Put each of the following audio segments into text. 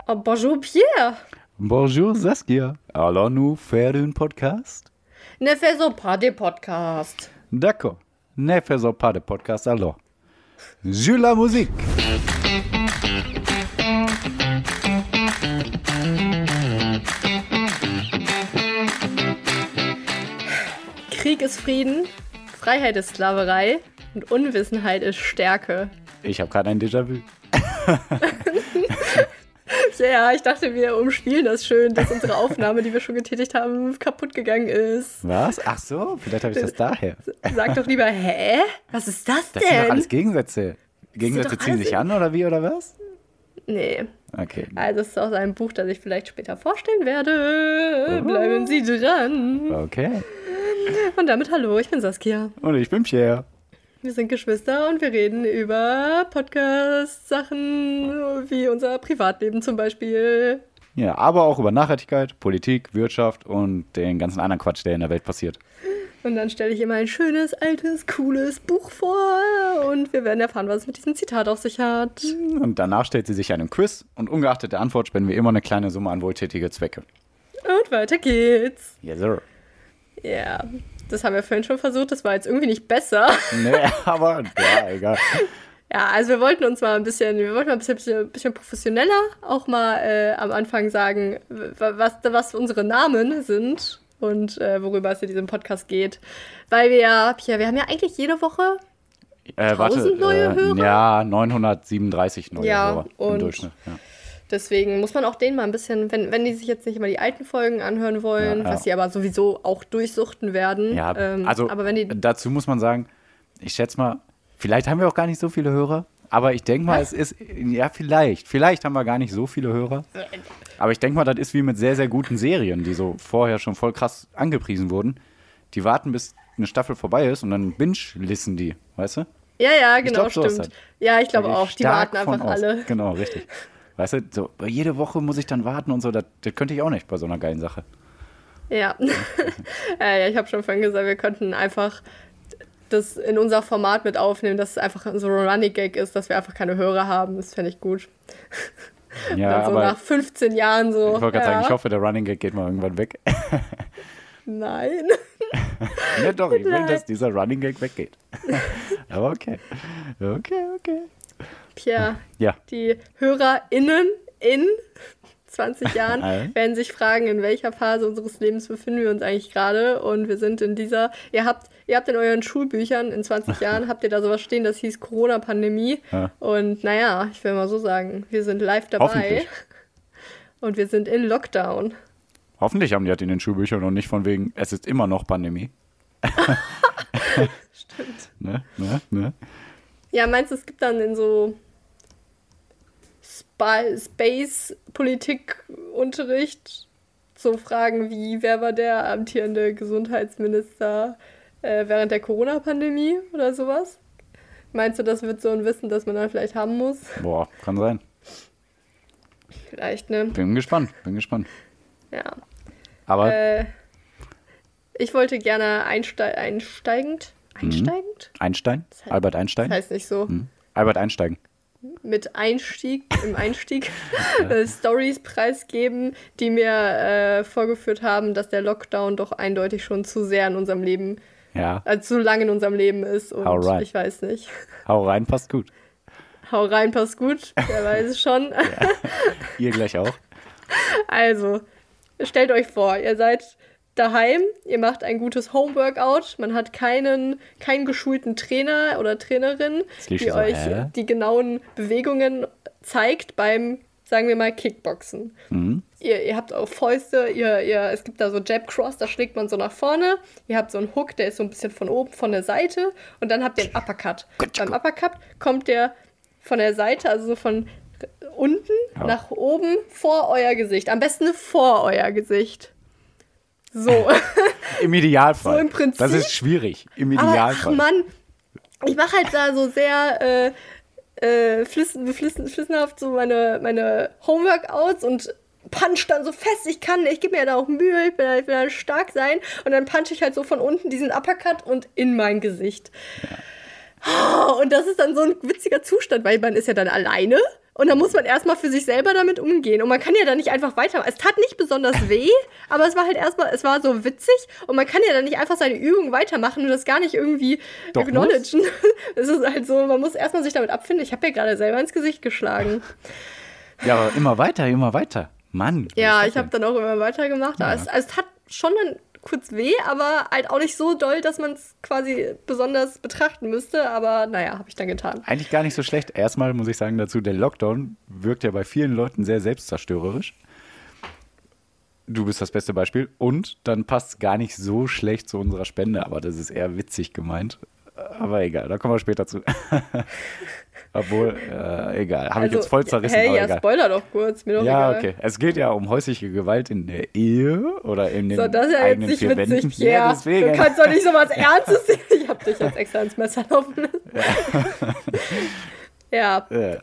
Oh, bonjour Pierre. Bonjour Saskia. Allons-nous faire un podcast? Ne faisons pas de podcast. D'accord. Ne faisons pas de podcast alors. Je la musique. Krieg ist Frieden, Freiheit ist Sklaverei und Unwissenheit ist Stärke. Ich habe gerade ein Déjà-vu. Ja, ich dachte, wir umspielen das schön, dass unsere Aufnahme, die wir schon getätigt haben, kaputt gegangen ist. Was? Ach so, vielleicht habe ich das daher. Sag doch lieber, hä? Was ist das denn? Das sind doch alles Gegensätze. Gegensätze ziehen sich an, oder wie, oder was? Nee. Okay. Also es ist aus einem Buch, das ich vielleicht später vorstellen werde. Bleiben Sie dran. Okay. Und damit hallo, ich bin Saskia. Und ich bin Pierre. Wir sind Geschwister und wir reden über Podcast-Sachen wie unser Privatleben zum Beispiel. Ja, aber auch über Nachhaltigkeit, Politik, Wirtschaft und den ganzen anderen Quatsch, der in der Welt passiert. Und dann stelle ich immer ein schönes, altes, cooles Buch vor und wir werden erfahren, was es mit diesem Zitat auf sich hat. Und danach stellt sie sich einem Quiz und ungeachtet der Antwort spenden wir immer eine kleine Summe an wohltätige Zwecke. Und weiter geht's. Yes, sir. Ja, das haben wir vorhin schon versucht, das war jetzt irgendwie nicht besser. Nee, aber ja, egal. Ja, also wir wollten ein bisschen professioneller auch mal am Anfang sagen, was unsere Namen sind und worüber es in diesem Podcast geht. Weil wir haben ja eigentlich jede Woche 1000 neue Hörer. Ja, 937 neue Hörer im Durchschnitt. Ja. Deswegen muss man auch denen mal ein bisschen, wenn die sich jetzt nicht immer die alten Folgen anhören wollen, was sie aber sowieso auch durchsuchten werden. Ja, aber wenn die dazu muss man sagen, ich schätze mal, vielleicht haben wir auch gar nicht so viele Hörer, aber ich denke mal, es ist, ja vielleicht haben wir gar nicht so viele Hörer, aber ich denke mal, das ist wie mit sehr, sehr guten Serien, die so vorher schon voll krass angepriesen wurden. Die warten, bis eine Staffel vorbei ist und dann binge-listen die, weißt du? Ja, genau, glaub, so stimmt. halt. Ja, ich glaube auch, die warten einfach alle. Genau, richtig. Weißt du, so jede Woche muss ich dann warten und so, das könnte ich auch nicht bei so einer geilen Sache. Ja, ja, ich habe schon vorhin gesagt, wir könnten einfach das in unser Format mit aufnehmen, dass es einfach so ein Running Gag ist, dass wir einfach keine Hörer haben. Das fände ich gut. Ja, dann so aber nach 15 Jahren so. Ich wollte gerade sagen, ich hoffe, der Running Gag geht mal irgendwann weg. Nein. Ja, doch, ich will, dass dieser Running Gag weggeht. Aber okay. Okay. Pierre, ja. Die HörerInnen in 20 Jahren werden sich fragen, in welcher Phase unseres Lebens befinden wir uns eigentlich gerade. Und wir sind in dieser, ihr habt in euren Schulbüchern in 20 Jahren, habt ihr da sowas stehen, das hieß Corona-Pandemie. Ja. Und naja, ich will mal so sagen, wir sind live dabei. Und wir sind in Lockdown. Hoffentlich haben die halt in den Schulbüchern und nicht von wegen, es ist immer noch Pandemie. Stimmt. Ne? Ja, meinst du, es gibt dann in so Space-Politik-Unterricht so Fragen wie, wer war der amtierende Gesundheitsminister während der Corona-Pandemie oder sowas? Meinst du, das wird so ein Wissen, das man dann vielleicht haben muss? Boah, kann sein. Vielleicht, ne? Bin gespannt. Ja. Aber ich wollte gerne einsteigend? Einstein? Albert Einstein? Das heißt nicht so. Albert Einsteigen. Im Einstieg Stories preisgeben, die mir vorgeführt haben, dass der Lockdown doch eindeutig schon zu sehr in unserem Leben, zu lang in unserem Leben ist. Und ich weiß nicht. Hau rein, passt gut. Hau rein, passt gut. Wer weiß es schon. Ja. Ihr gleich auch. Also, stellt euch vor, ihr seid daheim, ihr macht ein gutes Homeworkout, man hat keinen geschulten Trainer oder Trainerin, die euch die genauen Bewegungen zeigt beim, sagen wir mal, Kickboxen. Mhm. Ihr habt auch Fäuste, es gibt da so Jab-Cross, da schlägt man so nach vorne, ihr habt so einen Hook, der ist so ein bisschen von oben, von der Seite und dann habt ihr einen Uppercut. Beim Uppercut kommt der von der Seite, also so von unten nach oben vor euer Gesicht. Am besten vor euer Gesicht. So. Im Idealfall. So im Prinzip. Das ist schwierig. Im Idealfall. Ach Mann, ich mache halt da so sehr flissenhaft so meine Homeworkouts und punch dann so fest ich kann. Ich gebe mir da auch Mühe, ich will da stark sein. Und dann punch ich halt so von unten diesen Uppercut und in mein Gesicht. Ja. Und das ist dann so ein witziger Zustand, weil man ist ja dann alleine Und dann muss man erstmal für sich selber damit umgehen. Und man kann ja dann nicht einfach weitermachen. Es tat nicht besonders weh, aber es war halt erstmal, es war so witzig. Und man kann ja dann nicht einfach seine Übung weitermachen und das gar nicht irgendwie acknowledgen. Es ist halt so, man muss erstmal sich damit abfinden. Ich habe ja gerade selber ins Gesicht geschlagen. Ja, aber immer weiter. Mann. Ja, ich habe dann auch immer weitergemacht. Ja. Es tat schon dann kurz weh, aber halt auch nicht so doll, dass man es quasi besonders betrachten müsste. Aber naja, habe ich dann getan. Eigentlich gar nicht so schlecht. Erstmal muss ich sagen dazu, der Lockdown wirkt ja bei vielen Leuten sehr selbstzerstörerisch. Du bist das beste Beispiel. Und dann passt es gar nicht so schlecht zu unserer Spende, aber das ist eher witzig gemeint. Aber egal, da kommen wir später zu. Obwohl, egal, habe ich jetzt voll zerrissen. Hey, ja, egal. Spoiler doch kurz, mir doch ja, egal. Okay. Es geht ja um häusliche Gewalt in der Ehe oder in den das ist ja eigenen jetzt vier nicht witzig, Wänden. Pierre. Ja, deswegen. Du kannst doch nicht so was Ernstes sehen. Ich habe dich jetzt extra ins Messer laufen lassen. Ja.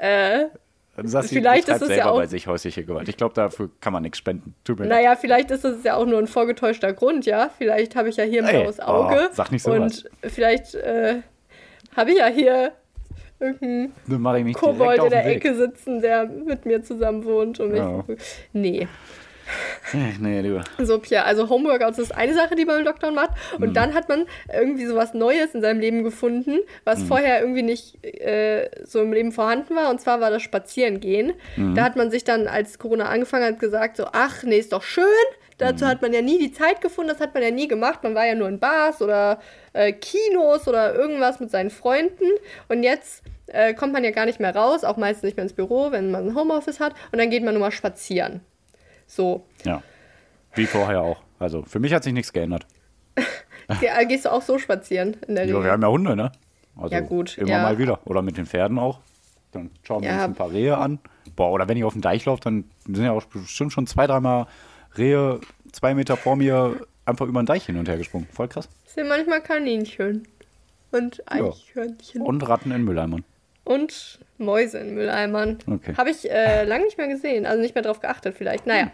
Du sagst, vielleicht ist es selber ja auch bei sich häusliche Gewalt. Ich glaube, dafür kann man nichts spenden. Tut mir leid. Vielleicht ist es ja auch nur ein vorgetäuschter Grund, ja. Vielleicht habe ich ja hier ein blaues Auge. Sag nicht so und was. Vielleicht habe ich ja hier irgendeinen Kobold in der Ecke sitzen, der mit mir zusammen wohnt. Und mich Nee, lieber. So, Pierre, also Homeworkouts ist eine Sache, die man im Lockdown macht. Und dann hat man irgendwie so was Neues in seinem Leben gefunden, was vorher irgendwie nicht so im Leben vorhanden war. Und zwar war das Spazierengehen. Da hat man sich dann, als Corona angefangen hat, gesagt so, ach, nee, ist doch schön. Dazu hat man ja nie die Zeit gefunden, das hat man ja nie gemacht. Man war ja nur in Bars oder Kinos oder irgendwas mit seinen Freunden. Und jetzt kommt man ja gar nicht mehr raus, auch meistens nicht mehr ins Büro, wenn man ein Homeoffice hat. Und dann geht man nur mal spazieren. So. Ja, wie vorher auch. Also für mich hat sich nichts geändert. Gehst du auch so spazieren in der Regel? Ja, wir haben ja Hunde, ne? Also ja, gut. Immer mal wieder. Oder mit den Pferden auch. Dann schauen wir uns ein paar Rehe an. Oder wenn ich auf den Deich laufe, dann sind ja auch bestimmt schon 2-3 Mal Rehe 2 Meter vor mir einfach über den Deich hin und her gesprungen. Voll krass. Das sind manchmal Kaninchen und Eichhörnchen. Und Ratten in Mülleimern. Und Mäuse in Mülleimern. Okay. Habe ich lange nicht mehr gesehen, also nicht mehr drauf geachtet vielleicht. Naja.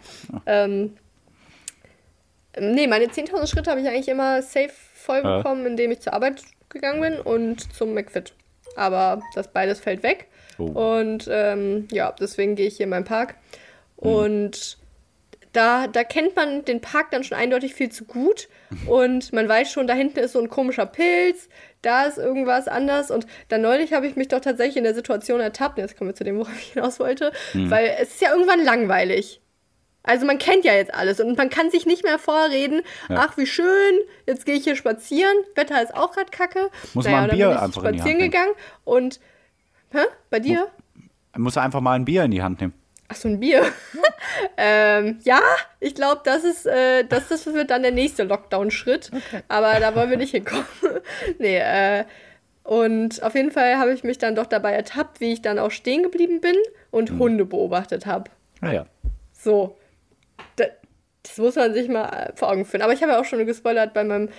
Nee, meine 10.000 Schritte habe ich eigentlich immer safe voll bekommen, indem ich zur Arbeit gegangen bin und zum McFit. Aber das beides fällt weg. Und deswegen gehe ich hier in meinen Park. Und da kennt man den Park dann schon eindeutig viel zu gut und man weiß schon, da hinten ist so ein komischer Pilz, da ist irgendwas anders und dann neulich habe ich mich doch tatsächlich in der Situation ertappt, jetzt kommen wir zu dem, worauf ich hinaus wollte, weil es ist ja irgendwann langweilig. Also man kennt ja jetzt alles und man kann sich nicht mehr vorreden, ach wie schön, jetzt gehe ich hier spazieren, Wetter ist auch gerade kacke. Muss man ein Bier einfach in die Hand nehmen. Gegangen und, bei dir? Muss er einfach mal ein Bier in die Hand nehmen. Ach so, ein Bier. Ja, ich glaube, das wird dann der nächste Lockdown-Schritt. Okay. Aber da wollen wir nicht hinkommen. Nee, und auf jeden Fall habe ich mich dann doch dabei ertappt, wie ich dann auch stehen geblieben bin und Hunde beobachtet habe. Ja. So. Das muss man sich mal vor Augen führen. Aber ich habe ja auch schon gespoilert bei meinem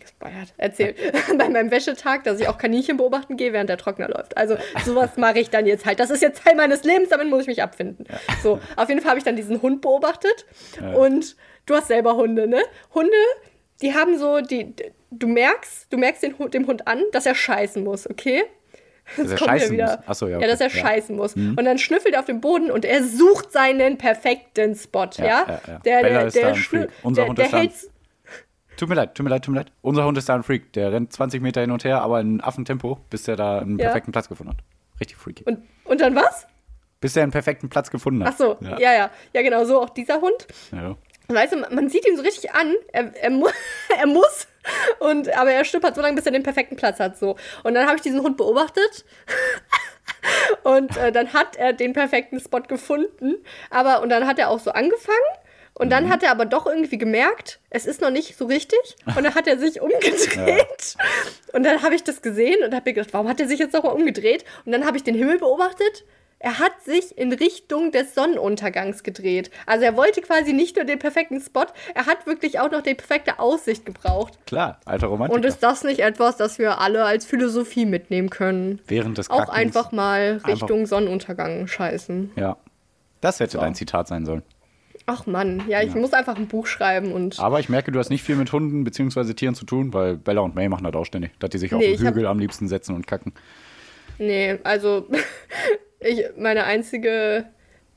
Wäschetag, dass ich auch Kaninchen beobachten gehe, während der Trockner läuft. Also sowas mache ich dann jetzt halt. Das ist jetzt Teil meines Lebens, damit muss ich mich abfinden. Ja. So, auf jeden Fall habe ich dann diesen Hund beobachtet. Ja. Und du hast selber Hunde, ne? Hunde, die haben so, du merkst dem Hund an, dass er scheißen muss, okay? Dass er scheißen muss. Achso, ja. Okay. Ja, dass er scheißen muss. Und dann schnüffelt er auf dem Boden und er sucht seinen perfekten Spot, ja? Der Unser Hund ist da. Tut mir leid. Unser Hund ist da ein Freak. Der rennt 20 Meter hin und her, aber in Affentempo, bis der da einen perfekten Platz gefunden hat. Richtig freaky. Und dann was? Bis er einen perfekten Platz gefunden hat. Achso, ja, genau, so auch dieser Hund. Ja. Weißt du, man sieht ihn so richtig an, er muss, aber er stöbert so lange, bis er den perfekten Platz hat. So. Und dann habe ich diesen Hund beobachtet und dann hat er den perfekten Spot gefunden. Und dann hat er auch so angefangen und dann hat er aber doch irgendwie gemerkt, es ist noch nicht so richtig. Und dann hat er sich umgedreht. Und dann habe ich das gesehen und habe mir gedacht, warum hat er sich jetzt nochmal umgedreht? Und dann habe ich den Himmel beobachtet. Er hat sich in Richtung des Sonnenuntergangs gedreht. Also er wollte quasi nicht nur den perfekten Spot, er hat wirklich auch noch die perfekte Aussicht gebraucht. Klar, alter Romantiker. Und ist das nicht etwas, das wir alle als Philosophie mitnehmen können? Während des Kackens auch einfach mal Richtung Sonnenuntergang scheißen. Ja, das hätte dein Zitat sein sollen. Ach Mann, ich muss einfach ein Buch schreiben. Aber ich merke, du hast nicht viel mit Hunden bzw. Tieren zu tun, weil Bella und May machen das auch ständig, dass die sich auf den Hügel am liebsten setzen und kacken. Nee, also Meine einzige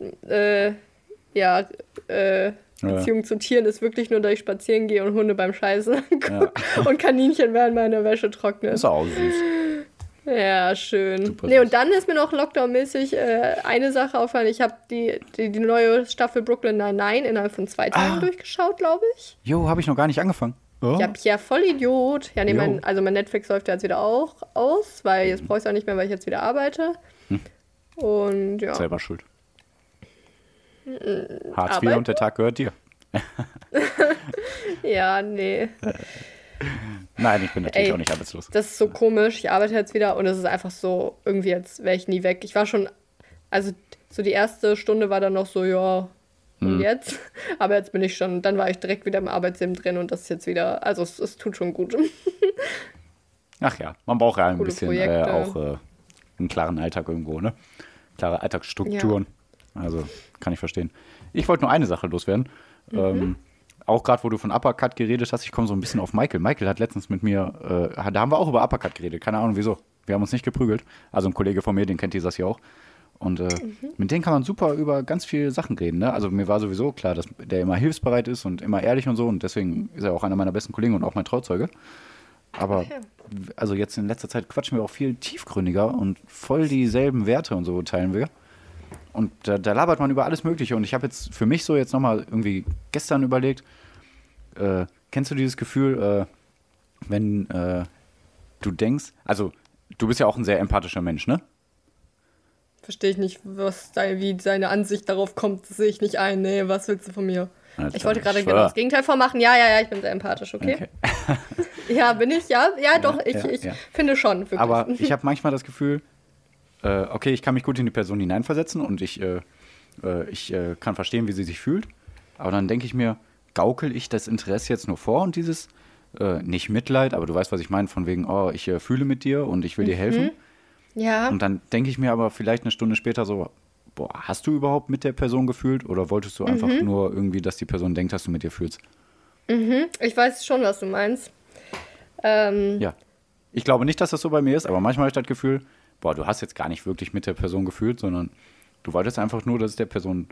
Beziehung zu Tieren ist wirklich nur, dass ich spazieren gehe und Hunde beim Scheißen angucke und Kaninchen, während meine Wäsche trocknet. Ist auch süß. Ja, schön. Super Nee, süß. und dann ist mir noch Lockdown-mäßig eine Sache aufgefallen. Ich habe die neue Staffel Brooklyn Nine-Nine innerhalb von 2 Tagen durchgeschaut, glaube ich. Jo, habe ich noch gar nicht angefangen. Oh. Ja, voll Idiot. Ja, nee, Jo. mein Netflix läuft ja jetzt wieder auch aus, weil jetzt brauche ich es auch nicht mehr, weil ich jetzt wieder arbeite. Und ja. Selber schuld. Hartz IV Arbeit? und der Tag gehört dir. Ja, nee. Nein, ich bin natürlich auch nicht arbeitslos. Das ist so komisch. Ich arbeite jetzt wieder und es ist einfach so, irgendwie jetzt wäre ich nie weg. Ich war schon, also so die erste Stunde war dann noch so, ja, und jetzt? Aber jetzt bin ich schon, dann war ich direkt wieder im Arbeitsleben drin und das ist jetzt wieder, also es tut schon gut. Ach ja, man braucht ja ein Coole bisschen Projekte. auch einen klaren Alltag irgendwo, ne? Klare Alltagsstrukturen. Also, kann ich verstehen. Ich wollte nur eine Sache loswerden. Auch gerade, wo du von Uppercut geredet hast, ich komme so ein bisschen auf Michael. Michael hat letztens mit mir, da haben wir auch über Uppercut geredet. Keine Ahnung, wieso. Wir haben uns nicht geprügelt. Also ein Kollege von mir, den kennt dieser hier auch. Und mit denen kann man super über ganz viele Sachen reden. Ne? Also mir war sowieso klar, dass der immer hilfsbereit ist und immer ehrlich und so. Und deswegen ist er auch einer meiner besten Kollegen und auch mein Trauzeuge. Aber also jetzt in letzter Zeit quatschen wir auch viel tiefgründiger und voll dieselben Werte und so teilen wir. Und da labert man über alles Mögliche. Und ich habe jetzt für mich so jetzt nochmal irgendwie gestern überlegt, kennst du dieses Gefühl, wenn du denkst, also du bist ja auch ein sehr empathischer Mensch, ne? Verstehe ich nicht, wie seine Ansicht darauf kommt. Das sehe ich nicht ein. Nee, was willst du von mir? Alter, Ich wollte gerade ich genau schwör. das Gegenteil vormachen. Ja, ich bin sehr empathisch, okay? Ja, bin ich? Ja, doch, ich finde schon, wirklich. Aber ich habe manchmal das Gefühl, okay, ich kann mich gut in die Person hineinversetzen und ich kann verstehen, wie sie sich fühlt. Aber dann denke ich mir, gaukel ich das Interesse jetzt nur vor und dieses, nicht Mitleid, aber du weißt, was ich meine, von wegen, oh, ich fühle mit dir und ich will dir helfen. Ja. Und dann denke ich mir aber vielleicht eine Stunde später so, boah, hast du überhaupt mit der Person gefühlt oder wolltest du einfach nur irgendwie, dass die Person denkt, dass du mit dir fühlst? Ich weiß schon, was du meinst. Ja. Ich glaube nicht, dass das so bei mir ist, aber manchmal habe ich das Gefühl, boah, du hast jetzt gar nicht wirklich mit der Person gefühlt, sondern du wolltest einfach nur, dass es der Person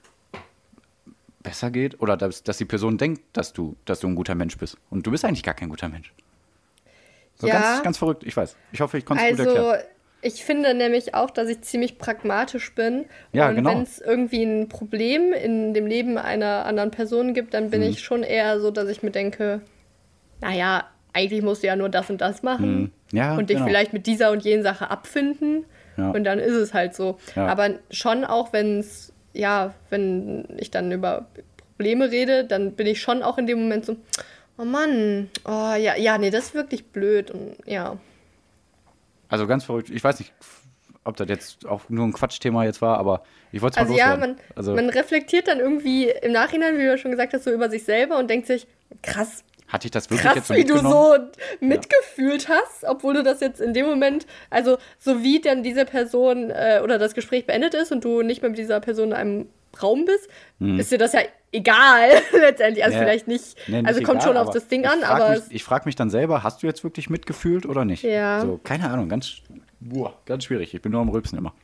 besser geht oder dass die Person denkt, dass du ein guter Mensch bist. Und du bist eigentlich gar kein guter Mensch. So Ja. ganz, ganz verrückt, ich weiß. Ich hoffe, ich konnte es gut Also, erklären. ich finde nämlich auch, dass ich ziemlich pragmatisch bin. Ja, und genau. wenn es irgendwie ein Problem in dem Leben einer anderen Person gibt, dann bin ich schon eher so, dass ich mir denke, naja, eigentlich musst du ja nur das und das machen Ja, und dich genau. vielleicht mit dieser und jenen Sache abfinden. Ja. Und dann ist es halt so. Ja. Aber schon auch, wenn ich dann über Probleme rede, dann bin ich schon auch in dem Moment so, oh Mann, oh ja, nee, das ist wirklich blöd und ja. Also ganz verrückt. Ich weiß nicht, ob das jetzt auch nur ein Quatschthema jetzt war, aber ich wollte es mal Also ja, loswerden. man reflektiert dann irgendwie im Nachhinein, wie du schon gesagt hast, so über sich selber und denkt sich, krass, hatte ich das wirklich jetzt so wie du mitgenommen? so mitgefühlt hast, obwohl du das jetzt in dem Moment, also so wie dann diese Person oder das Gespräch beendet ist und du nicht mehr mit dieser Person in einem Raum bist, ist dir das ja egal letztendlich. Also Ja. vielleicht nicht, Nee, nicht also kommt egal, schon auf aber das Ding an, aber ich frage mich dann selber, hast du jetzt wirklich mitgefühlt oder nicht? Ja. So, keine Ahnung, ganz schwierig. Ich bin nur am Rülpsen immer.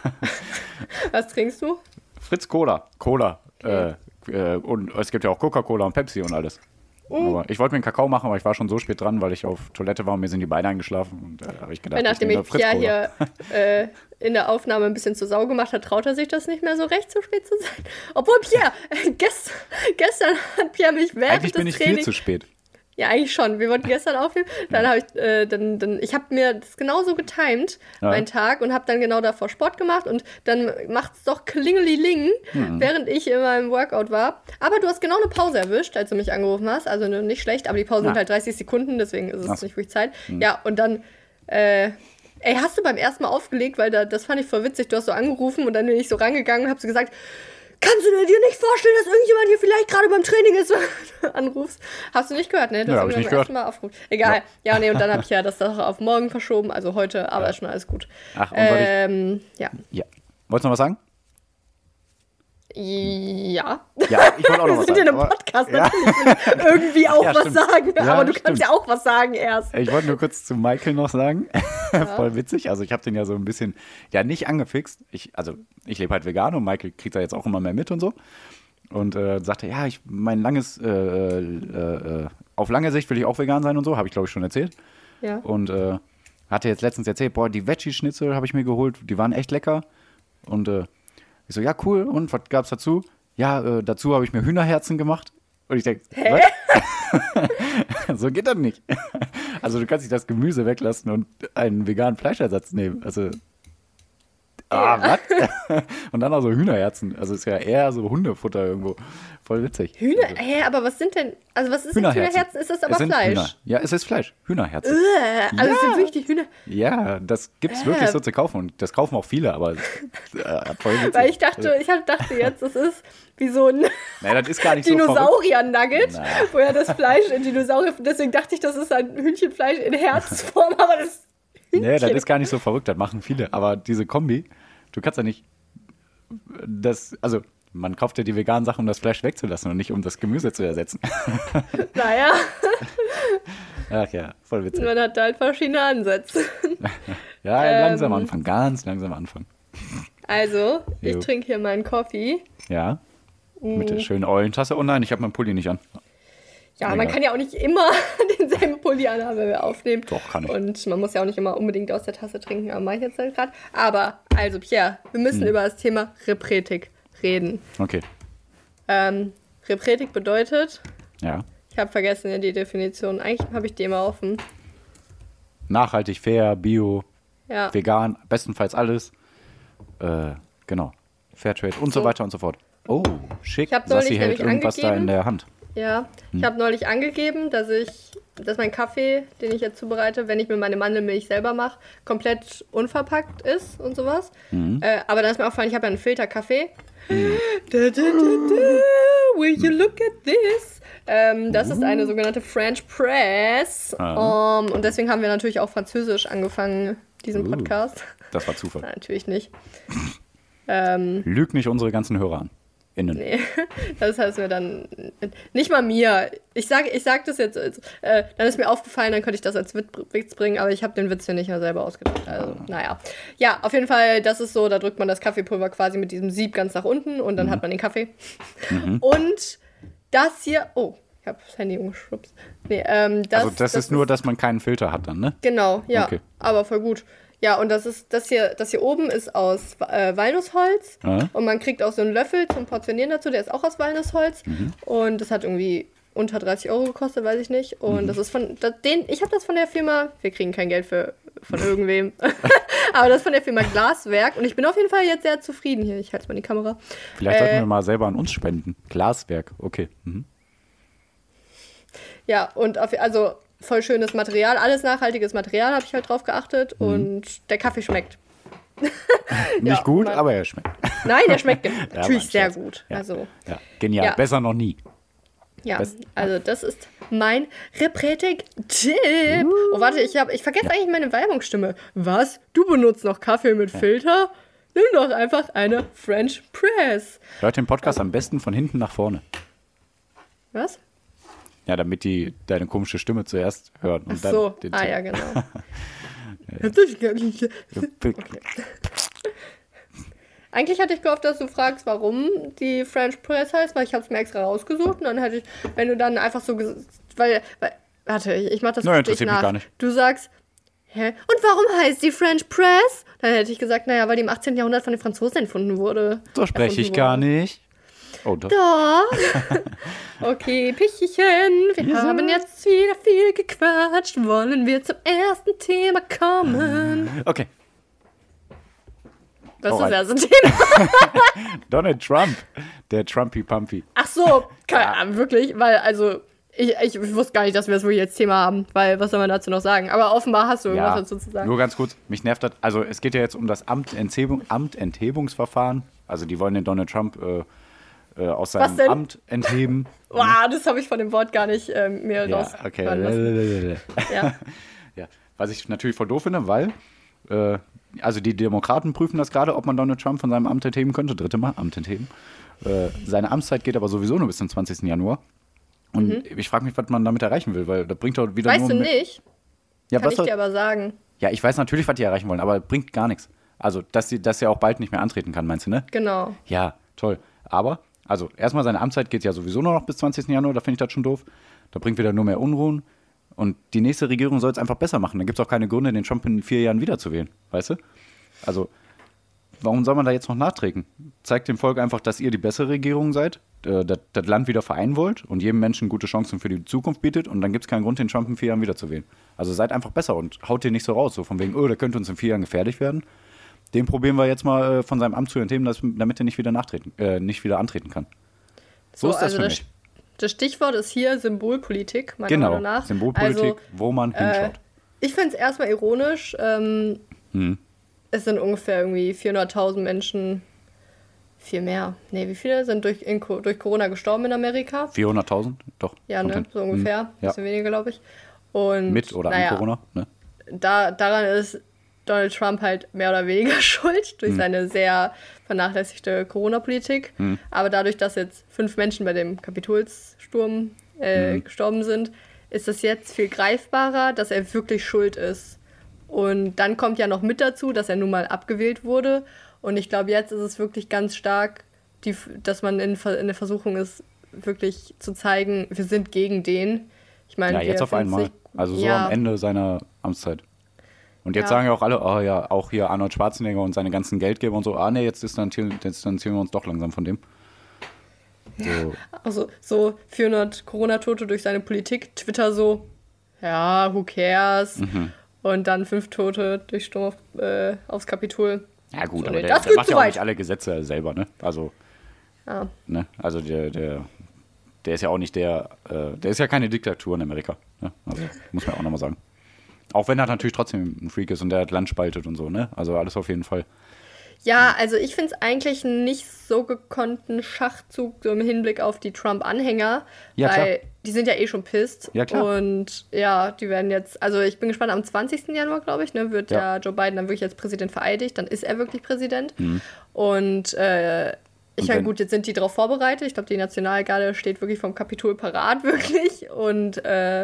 was trinkst du? Fritz Cola. Okay. Und es gibt ja auch Coca-Cola und Pepsi und alles. Aber ich wollte mir einen Kakao machen, aber ich war schon so spät dran, weil ich auf Toilette war und mir sind die Beine eingeschlafen. Und da habe ich gedacht, Nachdem nehme ich Fritz Pierre Cola. hier in der Aufnahme ein bisschen zur Sau gemacht hat, traut er sich das nicht mehr so recht, so spät zu sein. Obwohl Pierre, gestern hat Pierre mich während Eigentlich bin des ich viel Trainings... zu spät. Ja, eigentlich schon. Wir wollten gestern aufnehmen. Dann habe ich habe mir das genauso getimed, meinen Tag, und habe dann genau davor Sport gemacht und dann macht's doch Klingeli-Ling, während ich in meinem Workout war. Aber du hast genau eine Pause erwischt, als du mich angerufen hast. Also nicht schlecht, aber die Pause sind halt 30 Sekunden, deswegen ist es nicht wirklich Zeit. Ja, und dann, hast du beim ersten Mal aufgelegt, weil das fand ich voll witzig. Du hast so angerufen und dann bin ich so rangegangen und hab so gesagt, kannst du dir nicht vorstellen, dass irgendjemand hier vielleicht gerade beim Training ist, wenn du anrufst? Hast du nicht gehört, ne? Ja, hab ich nicht gehört. Mal aufgerufen. Egal. Ja, nee, und dann habe ich ja das auf morgen verschoben, also heute, aber ist schon alles gut. Ach, und Ja. ja. Wolltest du noch was sagen? Ja. Ja, ich wollte auch noch was sagen. Wir sind in einem Podcast, natürlich will ich irgendwie auch was sagen. Ja, aber du stimmt. kannst ja auch was sagen erst. Ich wollte nur kurz zu Michael noch sagen. Voll witzig. Also ich habe den ja so ein bisschen, ja, nicht angefixt. Ich lebe halt vegan und Michael kriegt da jetzt auch immer mehr mit und so. Und sagte, ja, auf lange Sicht will ich auch vegan sein und so. Habe ich, glaube ich, schon erzählt. Ja. Und hatte jetzt letztens erzählt, boah, die Veggie-Schnitzel habe ich mir geholt. Die waren echt lecker. Und ich so, ja, cool. Und was gab's dazu? Ja, dazu habe ich mir Hühnerherzen gemacht. Und ich denke, was? So geht das nicht. Also du kannst nicht das Gemüse weglassen und einen veganen Fleischersatz nehmen. Also, was? Und dann auch so Hühnerherzen. Also ist ja eher so Hundefutter irgendwo. Voll witzig. Aber was sind denn, also was ist Hühnerherzen? Ist das aber Fleisch? Hühner. Ja, es ist Fleisch. Hühnerherzen. Also es sind wirklich Hühner. Ja, das gibt's wirklich so zu kaufen. Und das kaufen auch viele, aber voll witzig. Weil ich dachte jetzt, das ist wie so ein das ist gar nicht Dinosaurier-Nugget, so wo ja das Fleisch in Dinosaurier, deswegen dachte ich, das ist ein Hühnchenfleisch in Herzform, aber das Hühnchen. Nee, das ist gar nicht so verrückt, das machen viele. Aber diese Kombi, du kannst ja nicht also man kauft ja die veganen Sachen, um das Fleisch wegzulassen und nicht um das Gemüse zu ersetzen. Naja. Ach ja, voll witzig. Man hat da halt verschiedene Ansätze. Ja, langsam anfangen, ganz langsam anfangen. Also, ich trinke hier meinen Kaffee. Ja, mit der schönen Eulentasse. Oh nein, ich habe meinen Pulli nicht an. Ja, man kann ja auch nicht immer denselben Pulli anhaben, wenn wir aufnehmen. Doch, kann ich. Und man muss ja auch nicht immer unbedingt aus der Tasse trinken, aber mache ich jetzt halt gerade. Aber, also Pierre, wir müssen über das Thema Repretik reden. Okay. Repretik bedeutet, Ja. ich habe vergessen ja die Definition, eigentlich habe ich die immer offen. Nachhaltig, fair, bio, Ja. vegan, bestenfalls alles. Genau. Fairtrade und so weiter und so fort. Oh, schick. Ich hab neulich Sassi hält nämlich irgendwas da in angegeben. der Hand. Ja, ich habe neulich angegeben, dass mein Kaffee, den ich jetzt zubereite, wenn ich mir meine Mandelmilch selber mache, komplett unverpackt ist und sowas. Aber dann ist mir aufgefallen, ich habe ja einen Filterkaffee. Will you look at this? Das ist eine sogenannte French Press. Und deswegen haben wir natürlich auch Französisch angefangen, diesen Podcast. Das war Zufall. Natürlich nicht. Lüg nicht unsere ganzen Hörer an. Innen. Nee, das heißt mir dann, nicht mal mir, ich sag das jetzt, dann ist mir aufgefallen, dann könnte ich das als Witz bringen, aber ich habe den Witz hier nicht mehr selber ausgedacht, also naja. Ja, auf jeden Fall, das ist so, da drückt man das Kaffeepulver quasi mit diesem Sieb ganz nach unten und dann hat man den Kaffee. Und das hier, oh, ich habe das Handy umgeschubst. Nee, das ist nur, dass man keinen Filter hat dann, ne? Genau, ja, okay. Aber voll gut. Ja, und das hier oben ist aus Walnussholz und man kriegt auch so einen Löffel zum Portionieren dazu, der ist auch aus Walnussholz und das hat irgendwie unter 30 € gekostet, weiß ich nicht. Und das ist ich habe das von der Firma, wir kriegen kein Geld von irgendwem, aber das ist von der Firma Glaswerk und ich bin auf jeden Fall jetzt sehr zufrieden hier. Ich halte mal die Kamera. Vielleicht sollten wir mal selber an uns spenden. Glaswerk, okay. Ja, und also voll schönes Material, alles nachhaltiges Material, habe ich halt drauf geachtet und der Kaffee schmeckt. Nicht gut, aber er schmeckt. Nein, der schmeckt natürlich sehr Scherz. gut. Ja. Also, ja, genial, ja. Besser noch nie. Ja, also das ist mein Repretik-Tipp. Oh, warte, ich vergesse eigentlich meine Werbungsstimme. Was? Du benutzt noch Kaffee mit Filter? Nimm doch einfach eine French Press. Hört den Podcast am besten von hinten nach vorne. Was? Ja, damit die deine komische Stimme zuerst hören. Und Ach so, dann ja, genau. Eigentlich hatte ich gehofft, dass du fragst, warum die French Press heißt, weil ich habe es mir extra rausgesucht und dann hätte ich, wenn du dann einfach so, warte, ich mach das Nein, interessiert mich gar nicht. Du sagst, hä? Und warum heißt die French Press? Dann hätte ich gesagt, naja, weil die im 18. Jahrhundert von den Franzosen erfunden wurde. So spreche ich gar nicht. Oh, doch. Doch. Okay, Pichchen, wir haben jetzt wieder viel gequatscht. Wollen wir zum ersten Thema kommen? Okay. Was ist das erste Thema? Donald Trump, der Trumpy-Pumpy. Ach so, wirklich? Weil, also, ich wusste gar nicht, dass wir das wirklich als Thema haben, weil, was soll man dazu noch sagen? Aber offenbar hast du irgendwas dazu zu sagen. Nur ganz kurz, mich nervt das, also es geht ja jetzt um das Amtenthebungsverfahren. Also die wollen den Donald Trump aus seinem Amt entheben. Boah, das habe ich von dem Wort gar nicht mir raus. Okay. Ja. Ja. Was ich natürlich voll doof finde, weil also die Demokraten prüfen das gerade, ob man Donald Trump von seinem Amt entheben könnte. Dritte Mal Amt entheben. Seine Amtszeit geht aber sowieso nur bis zum 20. Januar. Und ich frage mich, was man damit erreichen will, weil da bringt doch wieder weißt du nicht? Ja, kann ich dir aber sagen. Ja, ich weiß natürlich, was die erreichen wollen, aber bringt gar nichts. Also, dass er auch bald nicht mehr antreten kann, meinst du, ne? Genau. Ja, toll. Aber, also, erstmal seine Amtszeit geht ja sowieso nur noch bis 20. Januar, da finde ich das schon doof. Da bringt wieder nur mehr Unruhen. Und die nächste Regierung soll es einfach besser machen. Dann gibt es auch keine Gründe, den Trump in 4 Jahren wiederzuwählen, weißt du? Also, warum soll man da jetzt noch nachtreten? Zeigt dem Volk einfach, dass ihr die bessere Regierung seid, das Land wieder vereinen wollt und jedem Menschen gute Chancen für die Zukunft bietet und dann gibt es keinen Grund, den Trump in 4 Jahren wiederzuwählen. Also seid einfach besser und haut den nicht so raus, so von wegen, der könnte uns in 4 Jahren gefährlich werden. Den probieren wir jetzt mal von seinem Amt zu entheben, damit er nicht wieder antreten kann. So ist das also für mich. Das Stichwort ist hier Symbolpolitik, meiner Meinung nach. Genau, Symbolpolitik, also, wo man hinschaut. Ich finde es erstmal ironisch. Es sind ungefähr irgendwie 400.000 Menschen, viel mehr. Nee, wie viele sind durch Corona gestorben in Amerika? 400.000? Doch. Ja, ne, so ungefähr. Ein bisschen weniger, glaube ich. Und, mit oder an Corona, ne? Daran ist Donald Trump halt mehr oder weniger schuld durch seine sehr vernachlässigte Corona-Politik. Aber dadurch, dass jetzt 5 Menschen bei dem Kapitolssturm gestorben sind, ist es jetzt viel greifbarer, dass er wirklich schuld ist. Und dann kommt ja noch mit dazu, dass er nun mal abgewählt wurde. Und ich glaube, jetzt ist es wirklich ganz stark, dass man in der Versuchung ist, wirklich zu zeigen, wir sind gegen den. Ich meine, ja, jetzt auf einmal. Also so am Ende seiner Amtszeit. Und jetzt sagen ja auch alle, auch hier Arnold Schwarzenegger und seine ganzen Geldgeber und so, jetzt distanzieren wir uns doch langsam von dem. So. Also so 400 Corona-Tote durch seine Politik, Twitter so, ja, who cares? Und dann 5 Tote durch Sturm aufs Kapitol. Ja gut, so, aber der macht ja auch nicht alle Gesetze selber, ne? Also, ne? Also der ist ja auch nicht der ist ja keine Diktatur in Amerika, ne? Also muss man auch nochmal sagen. Auch wenn er natürlich trotzdem ein Freak ist und der das Land spaltet und so, ne? Also alles auf jeden Fall. Ja, also ich finde es eigentlich nicht so gekonnten Schachzug so im Hinblick auf die Trump-Anhänger, weil die sind ja eh schon pisst. Ja, klar. Und ja, die werden jetzt, also ich bin gespannt, am 20. Januar, glaube ich, ne, wird ja Joe Biden dann wirklich als Präsident vereidigt, dann ist er wirklich Präsident. Und ich meine, gut, jetzt sind die darauf vorbereitet. Ich glaube, die Nationalgarde steht wirklich vom Kapitol parat, wirklich. Und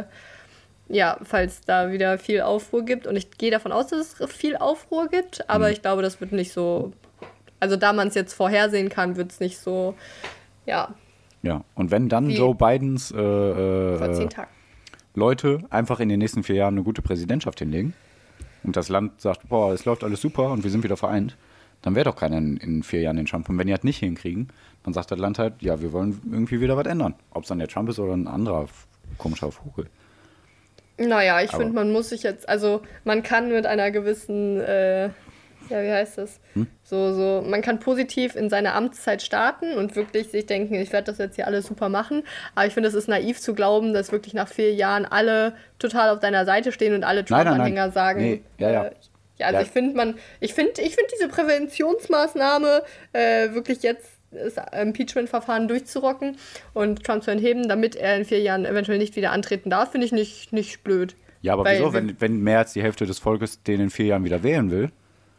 falls da wieder viel Aufruhr gibt. Und ich gehe davon aus, dass es viel Aufruhr gibt. Aber ich glaube, das wird nicht so... Also da man es jetzt vorhersehen kann, wird es nicht so... Ja, und wenn dann Joe Bidens vor 10 Tagen. Leute einfach in den nächsten 4 Jahren eine gute Präsidentschaft hinlegen und das Land sagt, es läuft alles super und wir sind wieder vereint, dann wäre doch keiner in 4 Jahren den Trump. Und wenn die halt nicht hinkriegen, dann sagt das Land halt, ja, wir wollen irgendwie wieder was ändern. Ob es dann der Trump ist oder ein anderer komischer Vogel. Naja, ich finde, man muss sich jetzt, also man kann mit einer gewissen, wie heißt das? Man kann positiv in seine Amtszeit starten und wirklich sich denken, ich werde das jetzt hier alles super machen. Aber ich finde, es ist naiv zu glauben, dass wirklich nach 4 Jahren alle total auf deiner Seite stehen und alle Trump-Anhänger sagen, ich finde diese Präventionsmaßnahme wirklich jetzt das Impeachment-Verfahren durchzurocken und Trump zu entheben, damit er in 4 Jahren eventuell nicht wieder antreten darf, finde ich nicht blöd. Ja, aber wieso? Wenn mehr als die Hälfte des Volkes den in 4 Jahren wieder wählen will,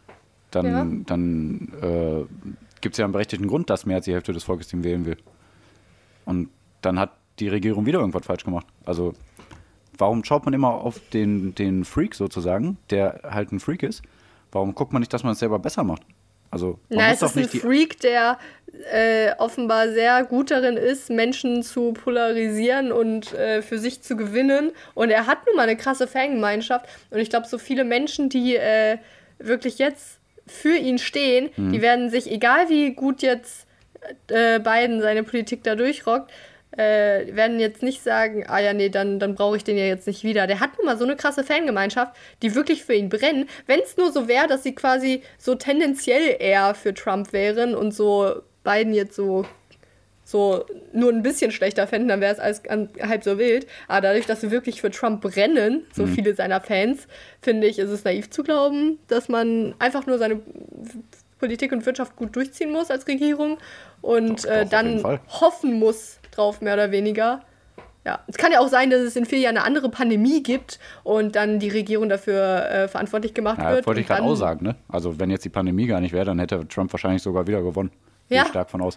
dann gibt es ja einen berechtigten Grund, dass mehr als die Hälfte des Volkes den wählen will. Und dann hat die Regierung wieder irgendwas falsch gemacht. Also warum schaut man immer auf den Freak sozusagen, der halt ein Freak ist? Warum guckt man nicht, dass man es selber besser macht? Also, es ist ein Freak, der offenbar sehr gut darin ist, Menschen zu polarisieren und für sich zu gewinnen. Und er hat nun mal eine krasse Fangemeinschaft. Und ich glaube, so viele Menschen, die wirklich jetzt für ihn stehen, die werden sich, egal wie gut jetzt Biden seine Politik da durchrockt, werden jetzt nicht sagen, dann brauche ich den ja jetzt nicht wieder. Der hat nun mal so eine krasse Fangemeinschaft, die wirklich für ihn brennen. Wenn es nur so wäre, dass sie quasi so tendenziell eher für Trump wären und so Biden jetzt so nur ein bisschen schlechter fänden, dann wäre es alles halb so wild. Aber dadurch, dass sie wirklich für Trump brennen, so viele seiner Fans, finde ich, ist es naiv zu glauben, dass man einfach nur seine Politik und Wirtschaft gut durchziehen muss als Regierung und dann hoffen muss drauf, mehr oder weniger. Ja, es kann ja auch sein, dass es in 4 Jahren eine andere Pandemie gibt und dann die Regierung dafür verantwortlich gemacht wird. Das wollte ich gerade auch sagen, ne? Also wenn jetzt die Pandemie gar nicht wäre, dann hätte Trump wahrscheinlich sogar wieder gewonnen. Gehe ich stark von aus.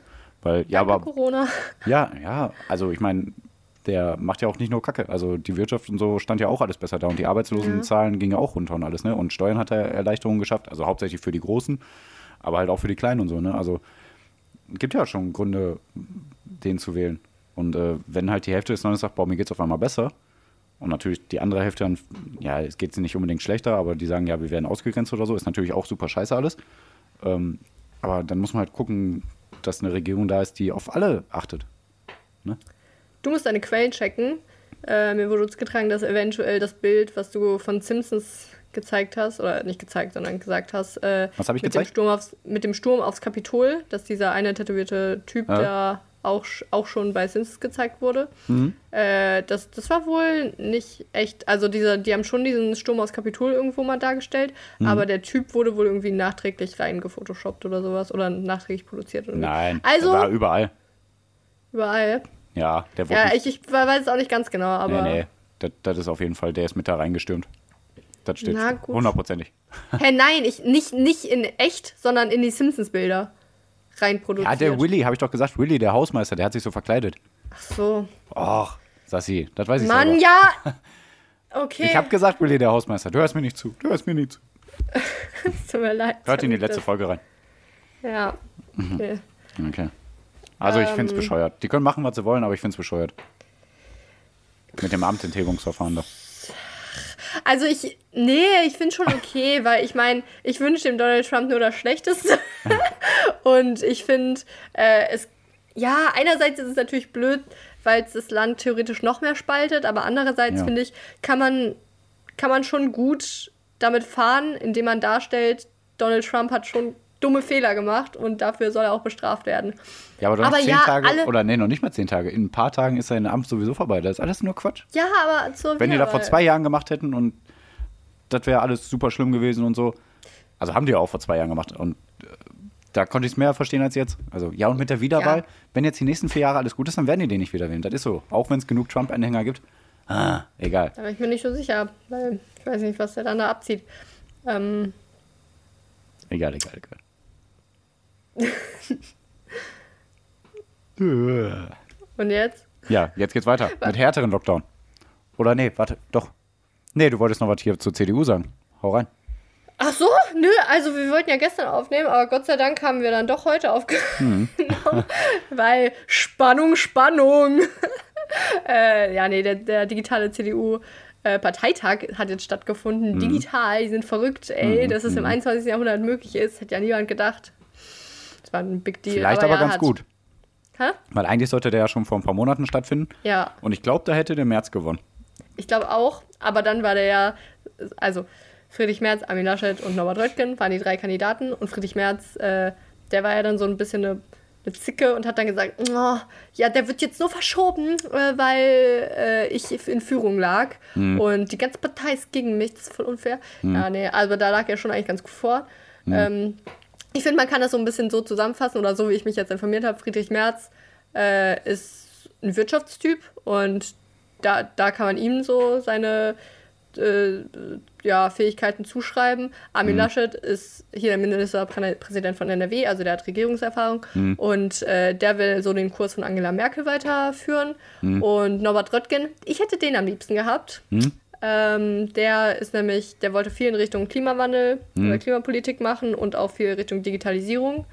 Weil, ja, aber Corona. ja, also ich meine, der macht ja auch nicht nur Kacke. Also die Wirtschaft und so stand ja auch alles besser da und die Arbeitslosenzahlen gingen ja auch runter und alles, ne? Und Steuern hat er Erleichterungen geschafft, also hauptsächlich für die Großen, aber halt auch für die Kleinen und so, ne? Also gibt ja schon Gründe, den zu wählen. Und wenn halt die Hälfte des Landes sagt, boah, mir geht's auf einmal besser, und natürlich die andere Hälfte dann, ja, es geht nicht unbedingt schlechter, aber die sagen, ja, wir werden ausgegrenzt oder so, ist natürlich auch super scheiße alles. Aber dann muss man halt gucken, dass eine Regierung da ist, die auf alle achtet. Ne? Du musst deine Quellen checken. Mir wurde uns getragen, dass eventuell das Bild, was du von Simpsons gezeigt hast, oder nicht gezeigt, sondern gesagt hast, was habe ich gezeigt? Mit dem Sturm aufs Kapitol, dass dieser eine tätowierte Typ da auch schon bei Simpsons gezeigt wurde. Das war wohl nicht echt, also die haben schon diesen Sturm aufs Kapitol irgendwo mal dargestellt, aber der Typ wurde wohl irgendwie nachträglich reingefotoshoppt oder sowas oder nachträglich produziert. Oder Nein, also, der war überall. Überall? Ja, der wurde. Ja, ich weiß es auch nicht ganz genau, aber. Nee. Das ist auf jeden Fall, der ist mit da reingestürmt. Das steht hundertprozentig. Hä, nein, nicht in echt, sondern in die Simpsons-Bilder reinproduziert. Ja, der Willy, habe ich doch gesagt, Willy, der Hausmeister, der hat sich so verkleidet. Ach so. Och, Sassi, das weiß ich Mann, selber. ja! Okay. Ich habe gesagt, Willy, der Hausmeister, du hörst mir nicht zu. Es tut mir leid. Hört in die letzte Folge rein. Ja, okay. Okay. Also ich finde es bescheuert. Die können machen, was sie wollen, aber ich finde es bescheuert. Mit dem Amtsenthebungsverfahren da. Also ich finde schon okay, weil ich meine, ich wünsche dem Donald Trump nur das Schlechteste. Und ich finde, einerseits ist es natürlich blöd, weil es das Land theoretisch noch mehr spaltet, aber andererseits finde ich, kann man schon gut damit fahren, indem man darstellt, Donald Trump hat schon dumme Fehler gemacht und dafür soll er auch bestraft werden. Ja, aber noch 10 Tage, oder nee, noch nicht mal 10 Tage. In ein paar Tagen ist sein Amt sowieso vorbei. Das ist alles nur Quatsch. Ja, aber wenn die da vor 2 Jahren gemacht hätten und das wäre alles super schlimm gewesen und so. Also haben die ja auch vor 2 Jahren gemacht und da konnte ich es mehr verstehen als jetzt. Also ja, und mit der Wiederwahl, wenn jetzt die nächsten 4 Jahre alles gut ist, dann werden die den nicht wieder wählen. Das ist so. Auch wenn es genug Trump-Anhänger gibt. Egal. Aber ich bin nicht so sicher, weil ich weiß nicht, was der dann da abzieht. Egal. Und jetzt? Ja, jetzt geht's weiter. Mit härteren Lockdown. Oder nee, warte, doch. Nee, du wolltest noch was hier zur CDU sagen. Hau rein. Ach so? Nö, also wir wollten ja gestern aufnehmen, aber Gott sei Dank haben wir dann doch heute aufgenommen. Weil Spannung. Der digitale CDU-Parteitag hat jetzt stattgefunden. Digital, die sind verrückt, dass es im 21. Jahrhundert möglich ist. Hätte ja niemand gedacht. Das war ein Big Deal. Vielleicht aber ganz gut. Hä? Weil eigentlich sollte der ja schon vor ein paar Monaten stattfinden. Ja. Und ich glaube, da hätte der Merz gewonnen. Ich glaube auch, aber dann war der ja, also Friedrich Merz, Armin Laschet und Norbert Röttgen waren die 3 Kandidaten und Friedrich Merz, der war ja dann so ein bisschen eine Zicke und hat dann gesagt, der wird jetzt so verschoben, weil ich in Führung lag und die ganze Partei ist gegen mich, das ist voll unfair. Ja, nee, also da lag er schon eigentlich ganz gut vor. Ich finde, man kann das so ein bisschen so zusammenfassen oder so, wie ich mich jetzt informiert habe. Friedrich Merz ist ein Wirtschaftstyp und da kann man ihm so seine Fähigkeiten zuschreiben. Armin Laschet ist hier der Ministerpräsident von NRW, also der hat Regierungserfahrung und der will so den Kurs von Angela Merkel weiterführen. Und Norbert Röttgen, ich hätte den am liebsten gehabt. Der ist nämlich, der wollte viel in Richtung Klimawandel oder Klimapolitik machen und auch viel Richtung Digitalisierung.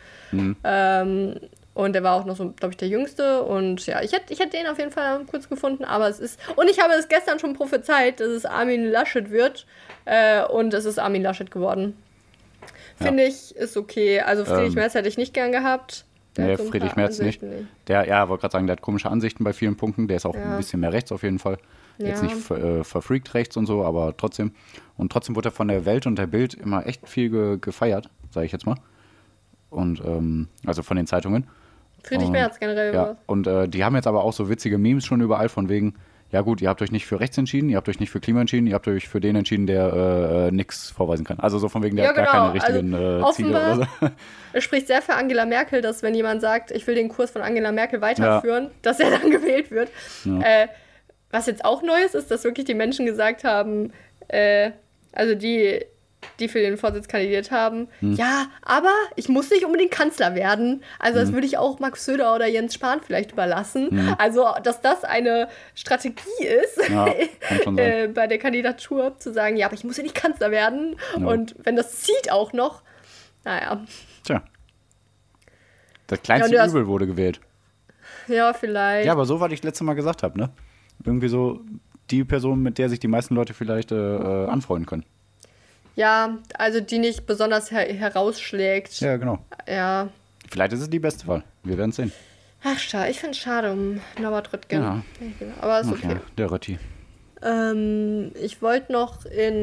Und der war auch noch so, glaube ich, der Jüngste. Und ja, ich hätte den auf jeden Fall kurz gefunden, aber es ist. Und ich habe es gestern schon prophezeit, dass es Armin Laschet wird. Und es ist Armin Laschet geworden. Finde ich, ist okay. Also Friedrich Merz hätte ich nicht gern gehabt. Nee, Friedrich Merz nicht. Der, wollte gerade sagen, der hat komische Ansichten bei vielen Punkten. Der ist auch ein bisschen mehr rechts auf jeden Fall. Jetzt nicht verfreakt rechts und so, aber trotzdem. Und trotzdem wurde er von der Welt und der Bild immer echt viel gefeiert, sage ich jetzt mal. Und also von den Zeitungen. Friedrich Merz generell. Ja. Und die haben jetzt aber auch so witzige Memes schon überall von wegen, ja gut, ihr habt euch nicht für rechts entschieden, ihr habt euch nicht für Klima entschieden, ihr habt euch für den entschieden, der nichts vorweisen kann. Also so von wegen, der hat gar keine richtigen Ziele oder so. Es spricht sehr für Angela Merkel, dass wenn jemand sagt, ich will den Kurs von Angela Merkel weiterführen, dass er dann gewählt wird. Ja. Was jetzt auch neu ist, dass wirklich die Menschen gesagt haben, also die die für den Vorsitz kandidiert haben, ja, aber ich muss nicht unbedingt Kanzler werden. Also das würde ich auch Max Söder oder Jens Spahn vielleicht überlassen. Also, dass das eine Strategie ist, Ja, kann schon sein. bei der Kandidatur zu sagen, ja, aber ich muss ja nicht Kanzler werden. Ja. Und wenn das zieht auch noch, naja. Tja. Das kleinste Ja, Übel wurde gewählt. Ja, vielleicht. Ja, aber so, was ich letztes Mal gesagt habe, ne? Irgendwie so die Person, mit der sich die meisten Leute vielleicht anfreunden können. Ja, also die nicht besonders herausschlägt. Ja, genau. Ja. Vielleicht ist es die beste Wahl. Wir werden es sehen. Ach, schade. Ich finde es schade um Norbert Röttgen. Ja. Aber ist Ach okay. ja, der Rötti. Ich wollte noch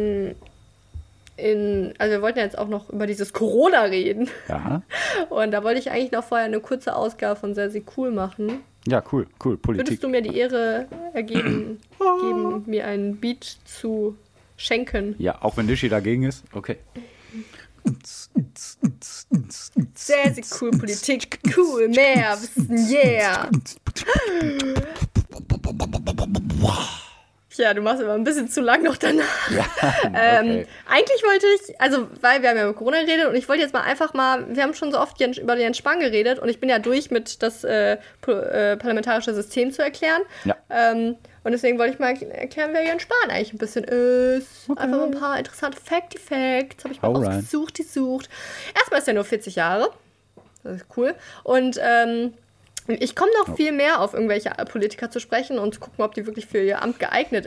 also wir wollten ja jetzt auch noch über dieses Corona reden. Ja. Und da wollte ich eigentlich noch vorher eine kurze Ausgabe von Sehr, sehr cool machen. Ja, cool. Politik. Würdest du mir die Ehre geben, mir einen Beat zu schenken? Ja, auch wenn Nischi dagegen ist. Okay. Sehr, sehr cool Politik. Cool, mehr Wissen, yeah. Ja, du machst immer ein bisschen zu lang noch danach. Ja, okay. Eigentlich wollte ich, also, weil wir haben ja über Corona geredet und ich wollte jetzt mal einfach mal, wir haben schon so oft über Jens Spahn geredet und ich bin ja durch mit das parlamentarische System zu erklären. Ja. Und deswegen wollte ich mal erklären, wer Jens Spahn eigentlich ein bisschen ist. Okay. Einfach mal ein paar interessante Facts habe ich mal ausgesucht, Erstmal ist er nur 40 Jahre. Das ist cool. Und ich komme noch viel mehr auf irgendwelche Politiker zu sprechen und zu gucken, ob die wirklich für ihr Amt geeignet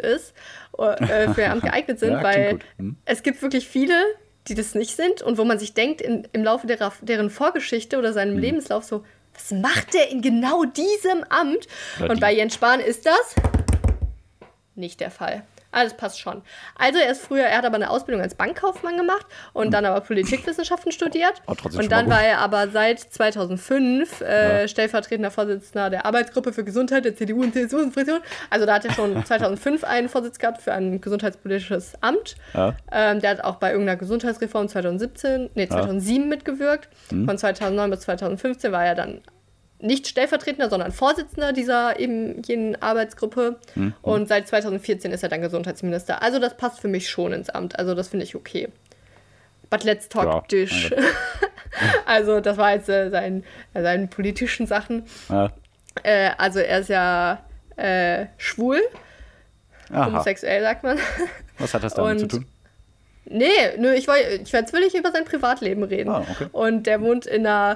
sind, Ja, weil gut. es gibt wirklich viele, die das nicht sind und wo man sich denkt, im Laufe deren Vorgeschichte oder seinem Lebenslauf so, was macht der in genau diesem Amt? Und bei Jens Spahn ist das nicht der Fall. Alles passt schon. Also er hat aber eine Ausbildung als Bankkaufmann gemacht und dann aber Politikwissenschaften studiert. Und dann war er aber seit 2005 stellvertretender Vorsitzender der Arbeitsgruppe für Gesundheit der CDU und CSU-Fraktion. Also da hat er schon 2005 einen Vorsitz gehabt für ein gesundheitspolitisches Amt. Ja. Der hat auch bei irgendeiner Gesundheitsreform 2007 mitgewirkt. Von 2009 bis 2015 war er dann nicht Stellvertretender, sondern Vorsitzender dieser jenen Arbeitsgruppe. Und seit 2014 ist er dann Gesundheitsminister. Also das passt für mich schon ins Amt. Also das finde ich okay. But let's talk Dish. Also das war jetzt seine politischen Sachen. Ja. Also er ist ja schwul. Aha. Homosexuell, sagt man. Was hat das damit zu tun? Nee, ich jetzt will ich über sein Privatleben reden. Ah, okay. Und der wohnt in einer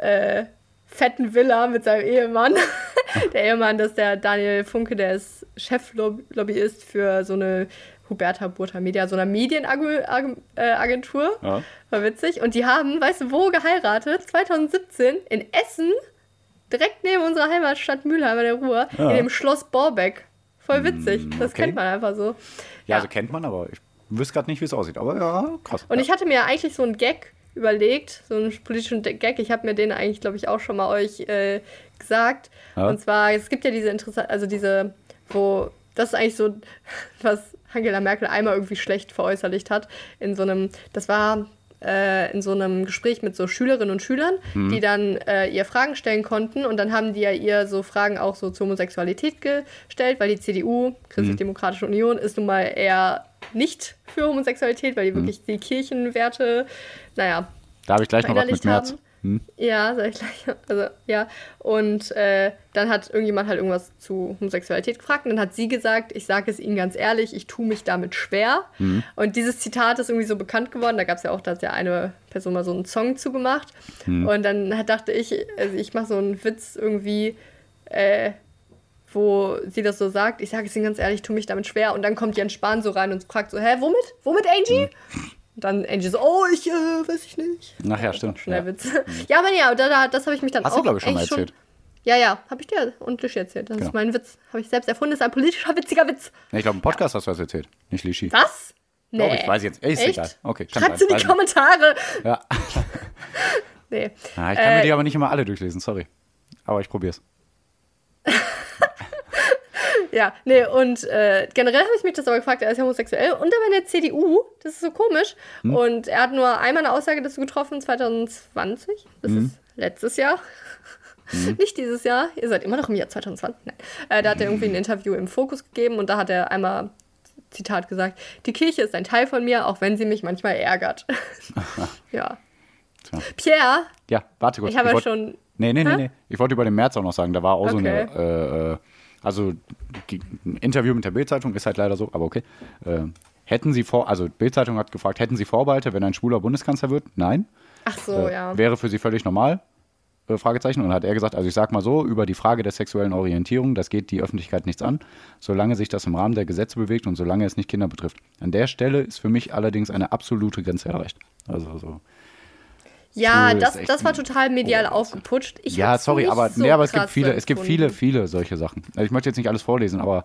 fetten Villa mit seinem Ehemann. Der Ehemann, das ist der Daniel Funke, der ist Cheflobbyist für so eine Huberta Burda Media, so einer Medienagentur. Ja. War witzig. Und die haben, weißt du, wo geheiratet? 2017 in Essen, direkt neben unserer Heimatstadt Mülheim an der Ruhr, in dem Schloss Borbeck. Voll witzig. Das kennt man einfach so. Ja, also kennt man, aber ich wüsste gerade nicht, wie es aussieht. Aber ja, krass. Und ich hatte mir eigentlich so einen Gag überlegt, so einen politischen Gag. Ich habe mir den eigentlich, glaube ich, auch schon mal euch gesagt. Ja. Und zwar, es gibt ja diese interessante, also das ist eigentlich so, was Angela Merkel einmal irgendwie schlecht veräußerlicht hat, das war in so einem Gespräch mit so Schülerinnen und Schülern, die dann ihr Fragen stellen konnten und dann haben die ja ihr so Fragen auch so zur Homosexualität gestellt, weil die CDU, Christlich-Demokratische Union, ist nun mal eher nicht für Homosexualität, weil die wirklich die Kirchenwerte, naja, da habe ich gleich noch was mit Merz. Ja, sag ich gleich. Also, ja. Und dann hat irgendjemand halt irgendwas zu Homosexualität gefragt und dann hat sie gesagt, ich sage es Ihnen ganz ehrlich, ich tue mich damit schwer. Und dieses Zitat ist irgendwie so bekannt geworden. Da gab es ja auch, da hat ja eine Person mal so einen Song zugemacht. Und dann dachte ich, also ich mache so einen Witz irgendwie, wo sie das so sagt, ich sage es Ihnen ganz ehrlich, ich tue mich damit schwer. Und dann kommt Jens Spahn so rein und fragt so, womit? Womit, Angie? Und dann Angie so, weiß ich nicht. Ach ja, stimmt. Schnell Witz. Ja, aber ja, das habe ich mich dann Hast auch... Hast du, glaube ich, schon mal erzählt. Ja, habe ich dir und Lischi erzählt. Das ist mein Witz. Habe ich selbst erfunden. Das ist ein politischer, witziger Witz. Nee, ich glaube, im Podcast hast du das erzählt, nicht Lischi. Was? Nee. Ich weiß jetzt. Ist egal. Okay, schreibt's in die Kommentare. Ja. Nee. Ja, ich kann mir die aber nicht immer alle durchlesen, sorry. Aber ich probier's. Ja, nee, und generell habe ich mich das aber gefragt, er ist ja homosexuell und aber in der CDU, das ist so komisch. Und er hat nur einmal eine Aussage dazu getroffen, 2020, das ist letztes Jahr, nicht dieses Jahr, ihr seid immer noch im Jahr 2020, nein. Da hat er irgendwie ein Interview im Fokus gegeben und da hat er einmal Zitat gesagt, die Kirche ist ein Teil von mir, auch wenn sie mich manchmal ärgert. Ja. Tja. Pierre? Ja, warte kurz. Ich habe ja schon... Nee. Ich wollte über den März auch noch sagen, da war auch so eine, ein Interview mit der Bild-Zeitung, ist halt leider so, aber okay. Bild-Zeitung hat gefragt, hätten Sie Vorbehalte, wenn ein schwuler Bundeskanzler wird? Nein. Ach so, ja. Wäre für Sie völlig normal? Fragezeichen. Und hat er gesagt, also ich sag mal so, über die Frage der sexuellen Orientierung, das geht die Öffentlichkeit nichts an, solange sich das im Rahmen der Gesetze bewegt und solange es nicht Kinder betrifft. An der Stelle ist für mich allerdings eine absolute Grenze erreicht. Also so. Ja, das war total medial aufgeputscht. Aber es gibt viele solche Sachen. Also ich möchte jetzt nicht alles vorlesen, aber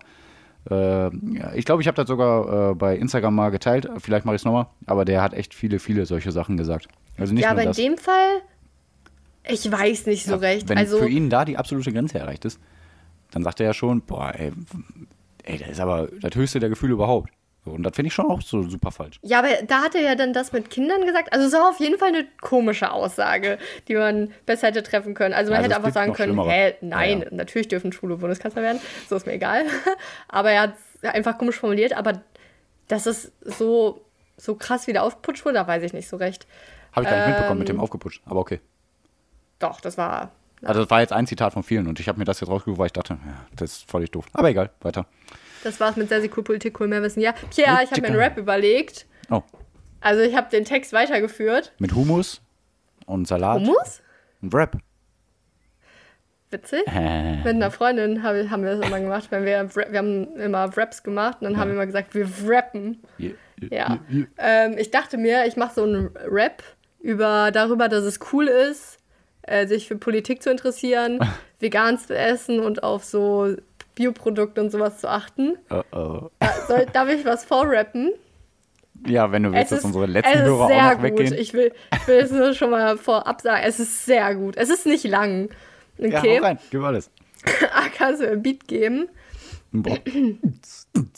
ich glaube, ich habe das sogar bei Instagram mal geteilt. Vielleicht mache ich es nochmal. Aber der hat echt viele solche Sachen gesagt. Also nicht ja, nur aber in dem Fall, ich weiß nicht so recht. Wenn für ihn da die absolute Grenze erreicht ist, dann sagt er ja schon, boah, ey, das ist aber das höchste der Gefühle überhaupt. So, und das finde ich schon auch so super falsch. Ja, aber da hat er ja dann das mit Kindern gesagt. Also es war auf jeden Fall eine komische Aussage, die man besser hätte treffen können. Also man hätte einfach sagen können, nein, natürlich dürfen Schwule Bundeskanzler werden. So ist mir egal. Aber er hat es einfach komisch formuliert. Aber dass es so krass wieder aufgeputscht wurde, da weiß ich nicht so recht. Habe ich gar nicht mitbekommen mit dem aufgeputscht, aber okay. Doch, das war... Also das war jetzt ein Zitat von vielen und ich habe mir das jetzt rausgesucht, weil ich dachte, ja, das ist völlig doof. Aber egal, weiter. Das war's mit sehr, sehr cool Politik, cool mehr wissen. Ja, Pierre, ich habe mir einen Rap überlegt. Oh. Also ich habe den Text weitergeführt. Mit Hummus und Salat. Hummus? Ein Rap. Witzig. Mit einer Freundin haben wir das immer gemacht, wenn wir haben immer Raps gemacht und dann haben wir immer gesagt, wir rappen. Yeah. Ich dachte mir, ich mache so einen Rap darüber, dass es cool ist, sich für Politik zu interessieren, vegan zu essen und auf so Bioprodukte und sowas zu achten. Darf ich was vorrappen? Ja, wenn du willst, dass unsere letzten Hörer auch noch weggehen. Ich will es nur schon mal vorab sagen, es ist sehr gut. Es ist nicht lang. Okay. Ja, hau rein, gib alles. Kannst du mir ein Beat geben? Boah. Ich bin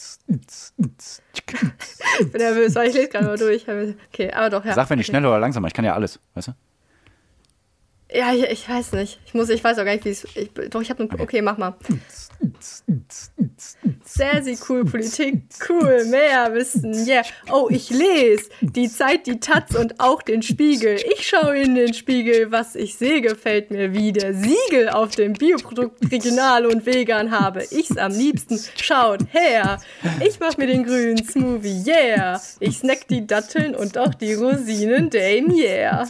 nervös, weil ich lese gerade mal durch. Okay, aber doch, ja. Sag, wenn ich schneller oder langsamer, ich kann ja alles, weißt du? Ja, ich weiß nicht. Ich weiß auch gar nicht, wie es... Doch, ich habe... Okay, mach mal. Sehr, sehr cool Politik. Cool, mehr wissen. Yeah. Oh, ich lese die Zeit, die Taz und auch den Spiegel. Ich schaue in den Spiegel, was ich sehe, gefällt mir wie der Siegel auf dem Bioprodukt regional und vegan habe. Ich's am liebsten. Schaut her. Ich mach mir den grünen Smoothie. Yeah. Ich snack die Datteln und auch die Rosinen. Dame, yeah.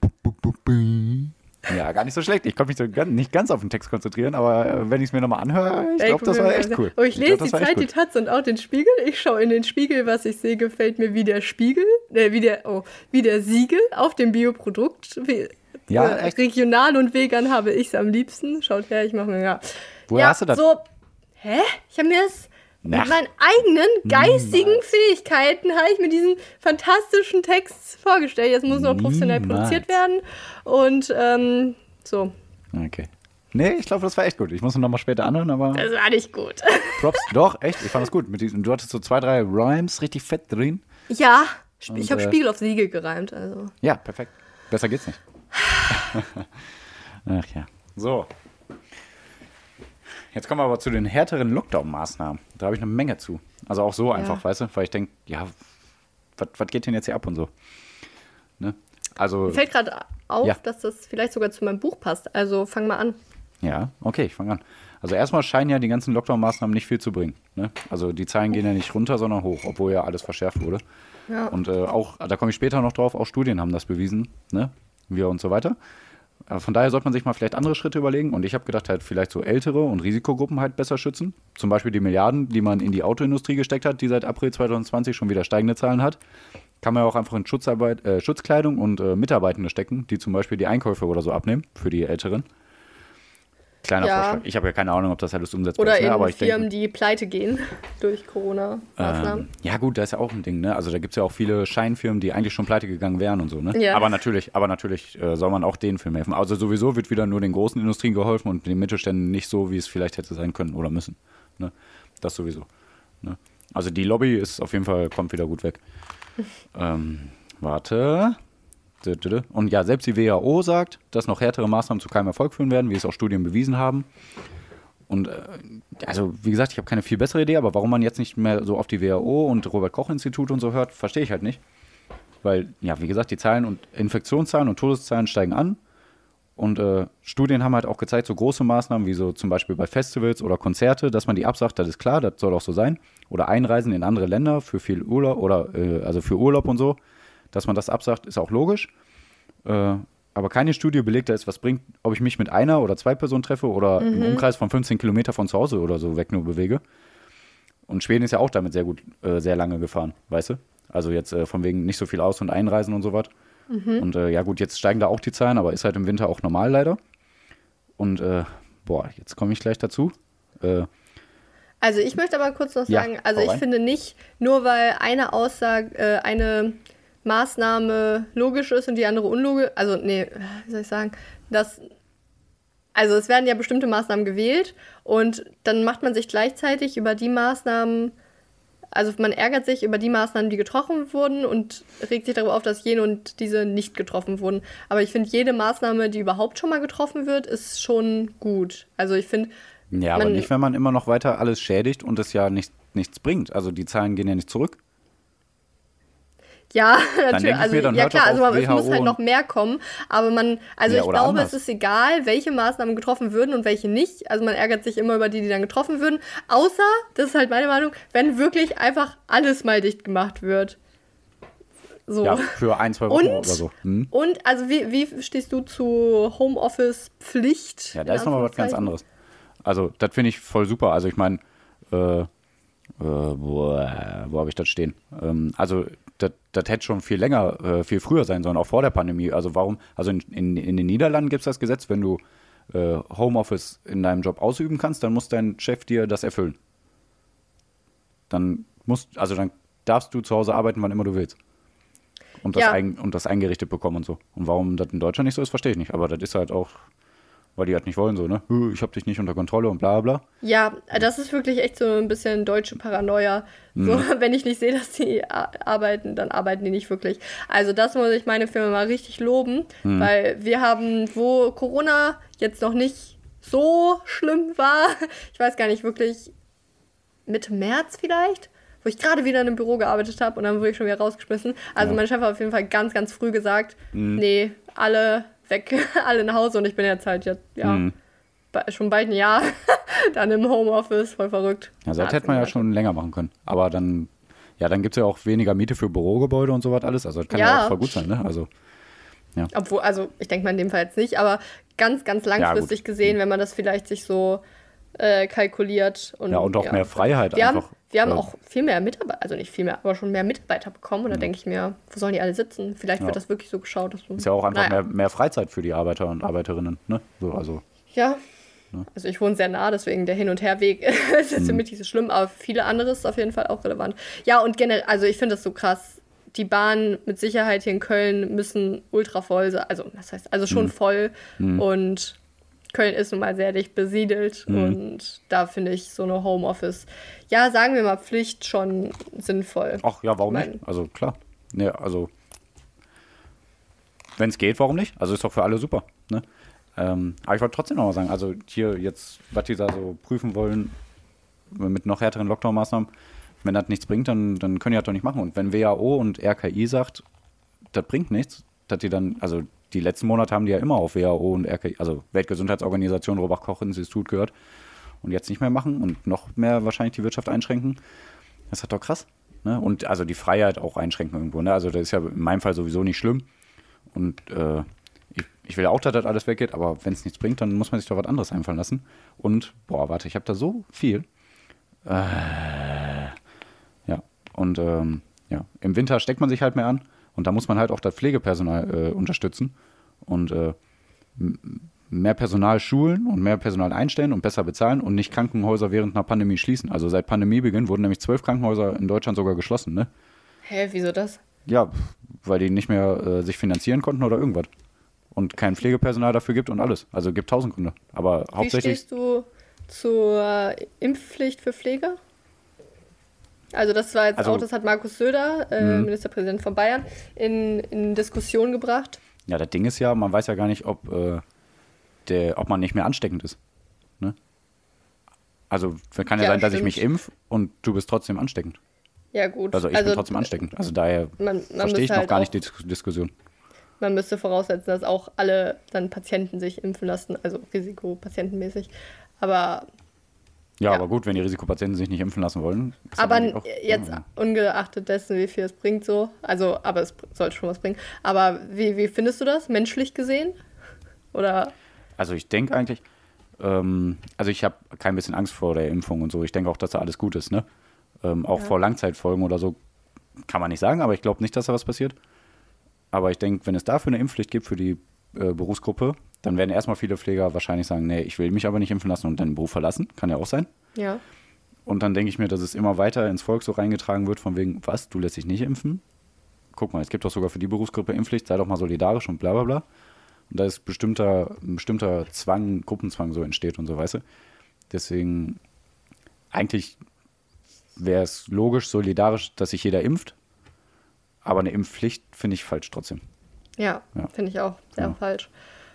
Ja, gar nicht so schlecht. Ich konnte mich so nicht ganz auf den Text konzentrieren, aber wenn ich es mir nochmal anhöre, ich glaube, das war echt cool. Oh, ich lese die Zeit, die Taz und auch den Spiegel. Ich schaue in den Spiegel, was ich sehe, gefällt mir wie der Spiegel, wie der Siegel auf dem Bioprodukt. Regional und vegan habe ich es am liebsten. Schaut her, ich mache mir, ja. Woher hast du das? Hä? Ich habe mir das... Mit meinen eigenen geistigen Fähigkeiten habe ich mir diesen fantastischen Text vorgestellt. Jetzt muss noch professionell produziert werden. Und so. Okay. Nee, ich glaube, das war echt gut. Ich muss ihn nochmal später anhören, aber... Das war nicht gut. Props. Doch, echt. Ich fand das gut. Du hattest so 2, 3 Rhymes richtig fett drin. Ja, ich habe Spiegel auf Siegel gereimt. Also. Ja, perfekt. Besser geht's nicht. Ach ja. So. Jetzt kommen wir aber zu den härteren Lockdown-Maßnahmen. Da habe ich eine Menge zu. Also auch so einfach, weißt du? Weil ich denke, ja, was geht denn jetzt hier ab und so? Ne? Also, mir fällt gerade auf, dass das vielleicht sogar zu meinem Buch passt. Also fang mal an. Ja, okay, ich fange an. Also erstmal scheinen ja die ganzen Lockdown-Maßnahmen nicht viel zu bringen. Ne? Also die Zahlen gehen ja nicht runter, sondern hoch, obwohl ja alles verschärft wurde. Ja. Und auch, da komme ich später noch drauf, auch Studien haben das bewiesen, ne? Wir und so weiter. Von daher sollte man sich mal vielleicht andere Schritte überlegen. Und ich habe gedacht, halt vielleicht so ältere und Risikogruppen halt besser schützen. Zum Beispiel die Milliarden, die man in die Autoindustrie gesteckt hat, die seit April 2020 schon wieder steigende Zahlen hat. Kann man ja auch einfach in Schutzkleidung und Mitarbeitende stecken, die zum Beispiel die Einkäufe oder so abnehmen für die Älteren. Kleiner Vorschlag. Ich habe ja keine Ahnung, ob das alles umsetzbar ist. Oder in Firmen, die pleite gehen durch Corona-Maßnahmen. Ja gut, das ist ja auch ein Ding, ne? Also da gibt es ja auch viele Scheinfirmen, die eigentlich schon pleite gegangen wären und so, ne? Ja. Aber natürlich soll man auch den Firmen helfen. Also sowieso wird wieder nur den großen Industrien geholfen und den Mittelständen nicht so, wie es vielleicht hätte sein können oder müssen. Ne? Das sowieso. Ne? Also die Lobby ist auf jeden Fall, kommt wieder gut weg. Warte... Und ja, selbst die WHO sagt, dass noch härtere Maßnahmen zu keinem Erfolg führen werden, wie es auch Studien bewiesen haben. Und also, wie gesagt, ich habe keine viel bessere Idee, aber warum man jetzt nicht mehr so auf die WHO und Robert-Koch-Institut und so hört, verstehe ich halt nicht. Weil, ja, wie gesagt, die Zahlen und Infektionszahlen und Todeszahlen steigen an. Und Studien haben halt auch gezeigt, so große Maßnahmen wie so zum Beispiel bei Festivals oder Konzerte, dass man die absagt, das ist klar, das soll auch so sein. Oder Einreisen in andere Länder für viel Urlaub oder also für Urlaub und so, dass man das absagt, ist auch logisch. Aber keine Studie belegt, da ist, was bringt, ob ich mich mit einer oder zwei Personen treffe oder im Umkreis von 15 Kilometer von zu Hause oder so weg nur bewege. Und Schweden ist ja auch damit sehr gut, sehr lange gefahren, weißt du? Also jetzt von wegen nicht so viel Aus- und Einreisen und so was. Und ja gut, jetzt steigen da auch die Zahlen, aber ist halt im Winter auch normal leider. Und jetzt komme ich gleich dazu. Also ich möchte aber kurz noch sagen, also ich finde nicht, nur weil eine Aussage, eine Maßnahme logisch ist und die andere unlogisch, also nee, wie soll ich sagen, also es werden ja bestimmte Maßnahmen gewählt und dann macht man sich gleichzeitig über die Maßnahmen, also man ärgert sich über die Maßnahmen, die getroffen wurden und regt sich darüber auf, dass jene und diese nicht getroffen wurden. Aber ich finde, jede Maßnahme, die überhaupt schon mal getroffen wird, ist schon gut. Also ich finde... Ja, aber nicht, wenn man immer noch weiter alles schädigt und es ja nichts bringt. Also die Zahlen gehen ja nicht zurück. Ja, natürlich. Also, ja klar, also es muss halt noch mehr kommen. Aber ich glaube, anders. Es ist egal, welche Maßnahmen getroffen würden und welche nicht. Also man ärgert sich immer über die dann getroffen würden. Außer, das ist halt meine Meinung, wenn wirklich einfach alles mal dicht gemacht wird. So. Ja, für 1-2 Wochen oder so. Und, also wie stehst du zu Homeoffice-Pflicht? Ja, da ist nochmal was ganz anderes. Also, das finde ich voll super. Also, ich meine, wo habe ich das stehen? Also, das hätte schon viel länger, viel früher sein sollen, auch vor der Pandemie. Also, warum? Also, in den Niederlanden gibt es das Gesetz, wenn du Homeoffice in deinem Job ausüben kannst, dann muss dein Chef dir das erfüllen. Dann darfst du zu Hause arbeiten, wann immer du willst. Und das eingerichtet bekommen und so. Und warum das in Deutschland nicht so ist, verstehe ich nicht. Aber das ist halt auch, weil die halt nicht wollen, so, ne? Ich habe dich nicht unter Kontrolle und bla bla. Ja, das ist wirklich echt so ein bisschen deutsche Paranoia. So, wenn ich nicht sehe, dass die arbeiten, dann arbeiten die nicht wirklich. Also das muss ich meine Firma mal richtig loben, weil wir haben, wo Corona jetzt noch nicht so schlimm war, ich weiß gar nicht, wirklich Mitte März vielleicht, wo ich gerade wieder in einem Büro gearbeitet habe und dann wurde ich schon wieder rausgeschmissen. Also mein Chef hat auf jeden Fall ganz, ganz früh gesagt, nee, alle weg, alle nach Hause und ich bin jetzt halt schon bald ein Jahr dann im Homeoffice, voll verrückt. Ja, das hätte man ja schon länger machen können. Aber dann gibt es ja auch weniger Miete für Bürogebäude und sowas alles. Also das kann ja auch voll gut sein, ne? Also, ja. Obwohl, also ich denke mal in dem Fall jetzt nicht, aber ganz, ganz langfristig gesehen, wenn man das vielleicht sich so kalkuliert. Und auch mehr Freiheit wir haben auch viel mehr Mitarbeiter, also nicht viel mehr, aber schon mehr Mitarbeiter bekommen. Und da denke ich mir, wo sollen die alle sitzen? Vielleicht wird das wirklich so geschaut. Dass ist ja auch einfach mehr Freizeit für die Arbeiter und Arbeiterinnen, ne? So, also. Ja. Also ich wohne sehr nah, deswegen der Hin- und Herweg ist jetzt für mich nicht so schlimm, aber viele andere ist auf jeden Fall auch relevant. Ja, und generell, also ich finde das so krass. Die Bahnen mit Sicherheit hier in Köln müssen ultra voll sein. Also, das heißt, also schon voll. Und Köln ist nun mal sehr dicht besiedelt. Und da finde ich so eine Homeoffice, ja, sagen wir mal Pflicht, schon sinnvoll. Ach ja, warum nicht? Also klar. Ja, also wenn es geht, warum nicht? Also ist doch für alle super, ne? Aber ich wollte trotzdem noch mal sagen, also hier jetzt, was die da so prüfen wollen, mit noch härteren Lockdown-Maßnahmen, wenn das nichts bringt, dann können die das doch nicht machen. Und wenn WHO und RKI sagt, das bringt nichts, dass die dann, also die letzten Monate haben die ja immer auf WHO und RKI, also Weltgesundheitsorganisation, Robert-Koch-Institut gehört und jetzt nicht mehr machen und noch mehr wahrscheinlich die Wirtschaft einschränken, das ist doch krass. Ne? Und also die Freiheit auch einschränken irgendwo. Ne? Also das ist ja in meinem Fall sowieso nicht schlimm. Und ich will auch, dass das alles weggeht, aber wenn es nichts bringt, dann muss man sich doch was anderes einfallen lassen. Und, ich habe da so viel. Und im Winter steckt man sich halt mehr an und da muss man halt auch das Pflegepersonal unterstützen und mehr Personal schulen und mehr Personal einstellen und besser bezahlen und nicht Krankenhäuser während einer Pandemie schließen. Also seit Pandemiebeginn wurden nämlich 12 Krankenhäuser in Deutschland sogar geschlossen, ne? Hä, wieso das? Ja, weil die nicht mehr sich finanzieren konnten oder irgendwas. Und kein Pflegepersonal dafür gibt und alles. Also gibt 1000 Gründe. Aber hauptsächlich. Wie stehst du zur Impfpflicht für Pfleger? Also das war jetzt auch, das hat Markus Söder, Ministerpräsident von Bayern, in Diskussion gebracht. Ja, das Ding ist ja, man weiß ja gar nicht, ob man nicht mehr ansteckend ist. Ne? Also kann ja sein, dass ich mich impfe und du bist trotzdem ansteckend. Ja, gut. Also ich bin trotzdem ansteckend. Also daher verstehe ich noch gar nicht die Diskussion. Man müsste voraussetzen, dass auch alle dann Patienten sich impfen lassen, also risikopatientenmäßig. Aber ja, aber gut, wenn die Risikopatienten sich nicht impfen lassen wollen. Aber jetzt ungeachtet dessen, wie viel es bringt so, also aber es sollte schon was bringen. Aber wie findest du das, menschlich gesehen? Oder? Also ich denke eigentlich, also ich habe kein bisschen Angst vor der Impfung und so. Ich denke auch, dass da alles gut ist, ne? Auch vor Langzeitfolgen oder so kann man nicht sagen, aber ich glaube nicht, dass da was passiert. Aber ich denke, wenn es dafür eine Impfpflicht gibt für die Berufsgruppe, dann werden erstmal viele Pfleger wahrscheinlich sagen, nee, ich will mich aber nicht impfen lassen und dann den Beruf verlassen. Kann ja auch sein. Ja. Und dann denke ich mir, dass es immer weiter ins Volk so reingetragen wird, von wegen, was, du lässt dich nicht impfen? Guck mal, es gibt doch sogar für die Berufsgruppe Impfpflicht, sei doch mal solidarisch und bla bla bla. Und da ist ein bestimmter Zwang, Gruppenzwang so entsteht und so, weißt du. Deswegen, eigentlich wäre es logisch, solidarisch, dass sich jeder impft. Aber eine Impfpflicht finde ich falsch trotzdem. Ja. Finde ich auch sehr falsch.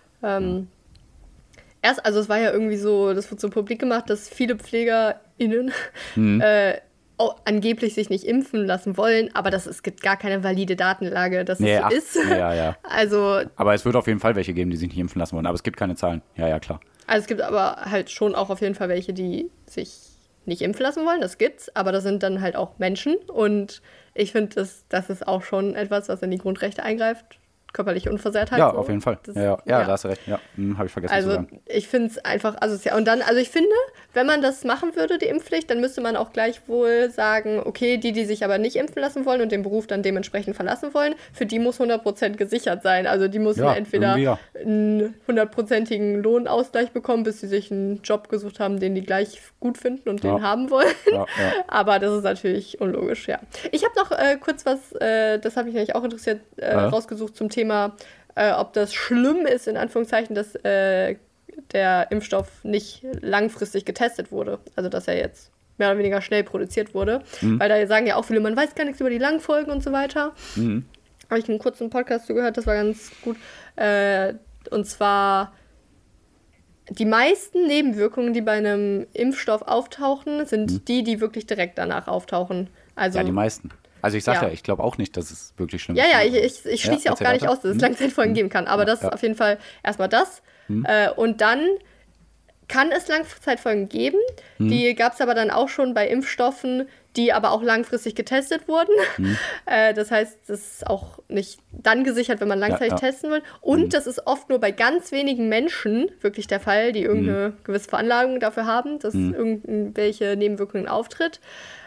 Also es war ja irgendwie so, das wurde so publik gemacht, dass viele PflegerInnen angeblich sich nicht impfen lassen wollen, aber es gibt gar keine valide Datenlage, dass es so ist. Ja. Also, aber es wird auf jeden Fall welche geben, die sich nicht impfen lassen wollen, aber es gibt keine Zahlen. Ja, klar. Also es gibt aber halt schon auch auf jeden Fall welche, die sich nicht impfen lassen wollen, das gibt's, aber das sind dann halt auch Menschen und ich finde, das ist auch schon etwas, was in die Grundrechte eingreift. Körperliche Unversehrtheit. Ja, so. Auf jeden Fall. Ja, da hast du recht. Ja, habe ich vergessen zu sagen. Also ich finde es einfach asozial. Und dann, also ich finde, wenn man das machen würde, die Impfpflicht, dann müsste man auch gleichwohl sagen, okay, die sich aber nicht impfen lassen wollen und den Beruf dann dementsprechend verlassen wollen, für die muss 100% gesichert sein. Also die müssen entweder einen 100%igen Lohnausgleich bekommen, bis sie sich einen Job gesucht haben, den die gleich gut finden und den haben wollen. Ja. Aber das ist natürlich unlogisch, ja. Ich habe noch kurz was, das hat mich nämlich auch interessiert, rausgesucht zum Thema, ob das schlimm ist, in Anführungszeichen, dass der Impfstoff nicht langfristig getestet wurde. Also, dass er jetzt mehr oder weniger schnell produziert wurde. Weil da sagen ja auch viele, man weiß gar nichts über die Langfolgen und so weiter. Habe ich einen kurzen Podcast zugehört, das war ganz gut. Und zwar, die meisten Nebenwirkungen, die bei einem Impfstoff auftauchen, sind die wirklich direkt danach auftauchen. Also, ja, die meisten. Also ich sage ich glaube auch nicht, dass es wirklich schlimm ist. Ja, ich schließe ja auch gar nicht aus, dass es Langzeitfolgen geben kann. Aber das ist auf jeden Fall erstmal das. Und dann kann es Langzeitfolgen geben. Die gab es aber dann auch schon bei Impfstoffen, die aber auch langfristig getestet wurden. Das heißt, das ist auch nicht dann gesichert, wenn man langzeitig testen will. Und das ist oft nur bei ganz wenigen Menschen wirklich der Fall, die irgendeine gewisse Veranlagung dafür haben, dass irgendwelche Nebenwirkungen auftritt.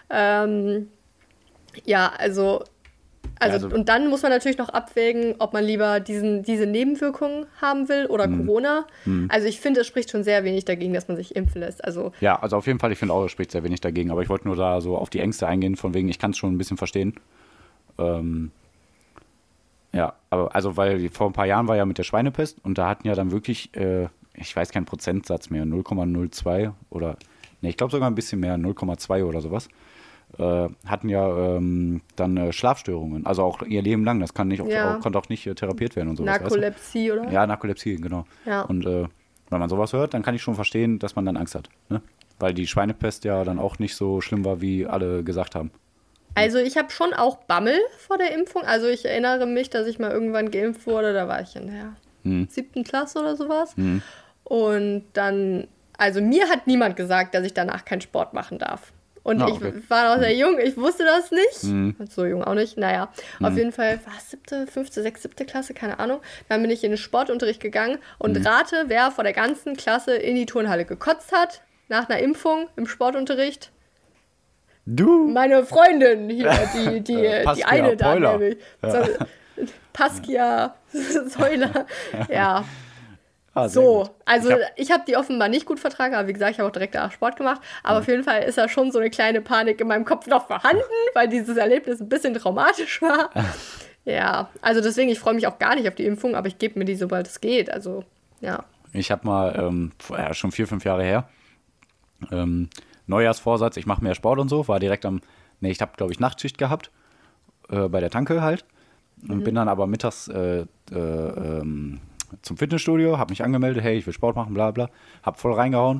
Ja, also und dann muss man natürlich noch abwägen, ob man lieber diese Nebenwirkungen haben will oder Corona. Also ich finde, es spricht schon sehr wenig dagegen, dass man sich impfen lässt. Also auf jeden Fall, ich finde auch, es spricht sehr wenig dagegen. Aber ich wollte nur da so auf die Ängste eingehen, von wegen, ich kann es schon ein bisschen verstehen. Aber also, weil vor ein paar Jahren war ja mit der Schweinepest und da hatten ja dann wirklich, ich weiß keinen Prozentsatz mehr, 0,02 oder, ich glaube sogar ein bisschen mehr, 0,2 oder sowas. Hatten ja dann Schlafstörungen, also auch ihr Leben lang. Das konnte auch nicht therapiert werden und sowas. Narkolepsie, oder? Ja, Narkolepsie, genau. Ja. Und wenn man sowas hört, dann kann ich schon verstehen, dass man dann Angst hat. Ne? Weil die Schweinepest ja dann auch nicht so schlimm war, wie alle gesagt haben. Also ich habe schon auch Bammel vor der Impfung. Also ich erinnere mich, dass ich mal irgendwann geimpft wurde. Da war ich in der 7. Klasse oder sowas. Und dann, also mir hat niemand gesagt, dass ich danach keinen Sport machen darf. Und ich war noch sehr jung, ich wusste das nicht. So jung auch nicht, naja. Auf jeden Fall war es 7., 5., 6., 7. Klasse, keine Ahnung. Dann bin ich in den Sportunterricht gegangen und rate, wer vor der ganzen Klasse in die Turnhalle gekotzt hat, nach einer Impfung im Sportunterricht. Du? Meine Freundin hier, die eine da nämlich. Paskia Säuler, ja. So, also ich habe die offenbar nicht gut vertragen, aber wie gesagt, ich habe auch direkt danach Sport gemacht. Aber auf jeden Fall ist da schon so eine kleine Panik in meinem Kopf noch vorhanden, weil dieses Erlebnis ein bisschen traumatisch war. Ja, also deswegen, ich freue mich auch gar nicht auf die Impfung, aber ich gebe mir die, sobald es geht. Also, ja. Ich habe mal, schon 4-5 Jahre her, Neujahrsvorsatz, ich mache mehr Sport und so, war direkt ich habe, glaube ich, Nachtschicht gehabt, bei der Tanke halt. Und bin dann aber mittags zum Fitnessstudio, habe mich angemeldet, hey, ich will Sport machen, bla bla, hab voll reingehauen.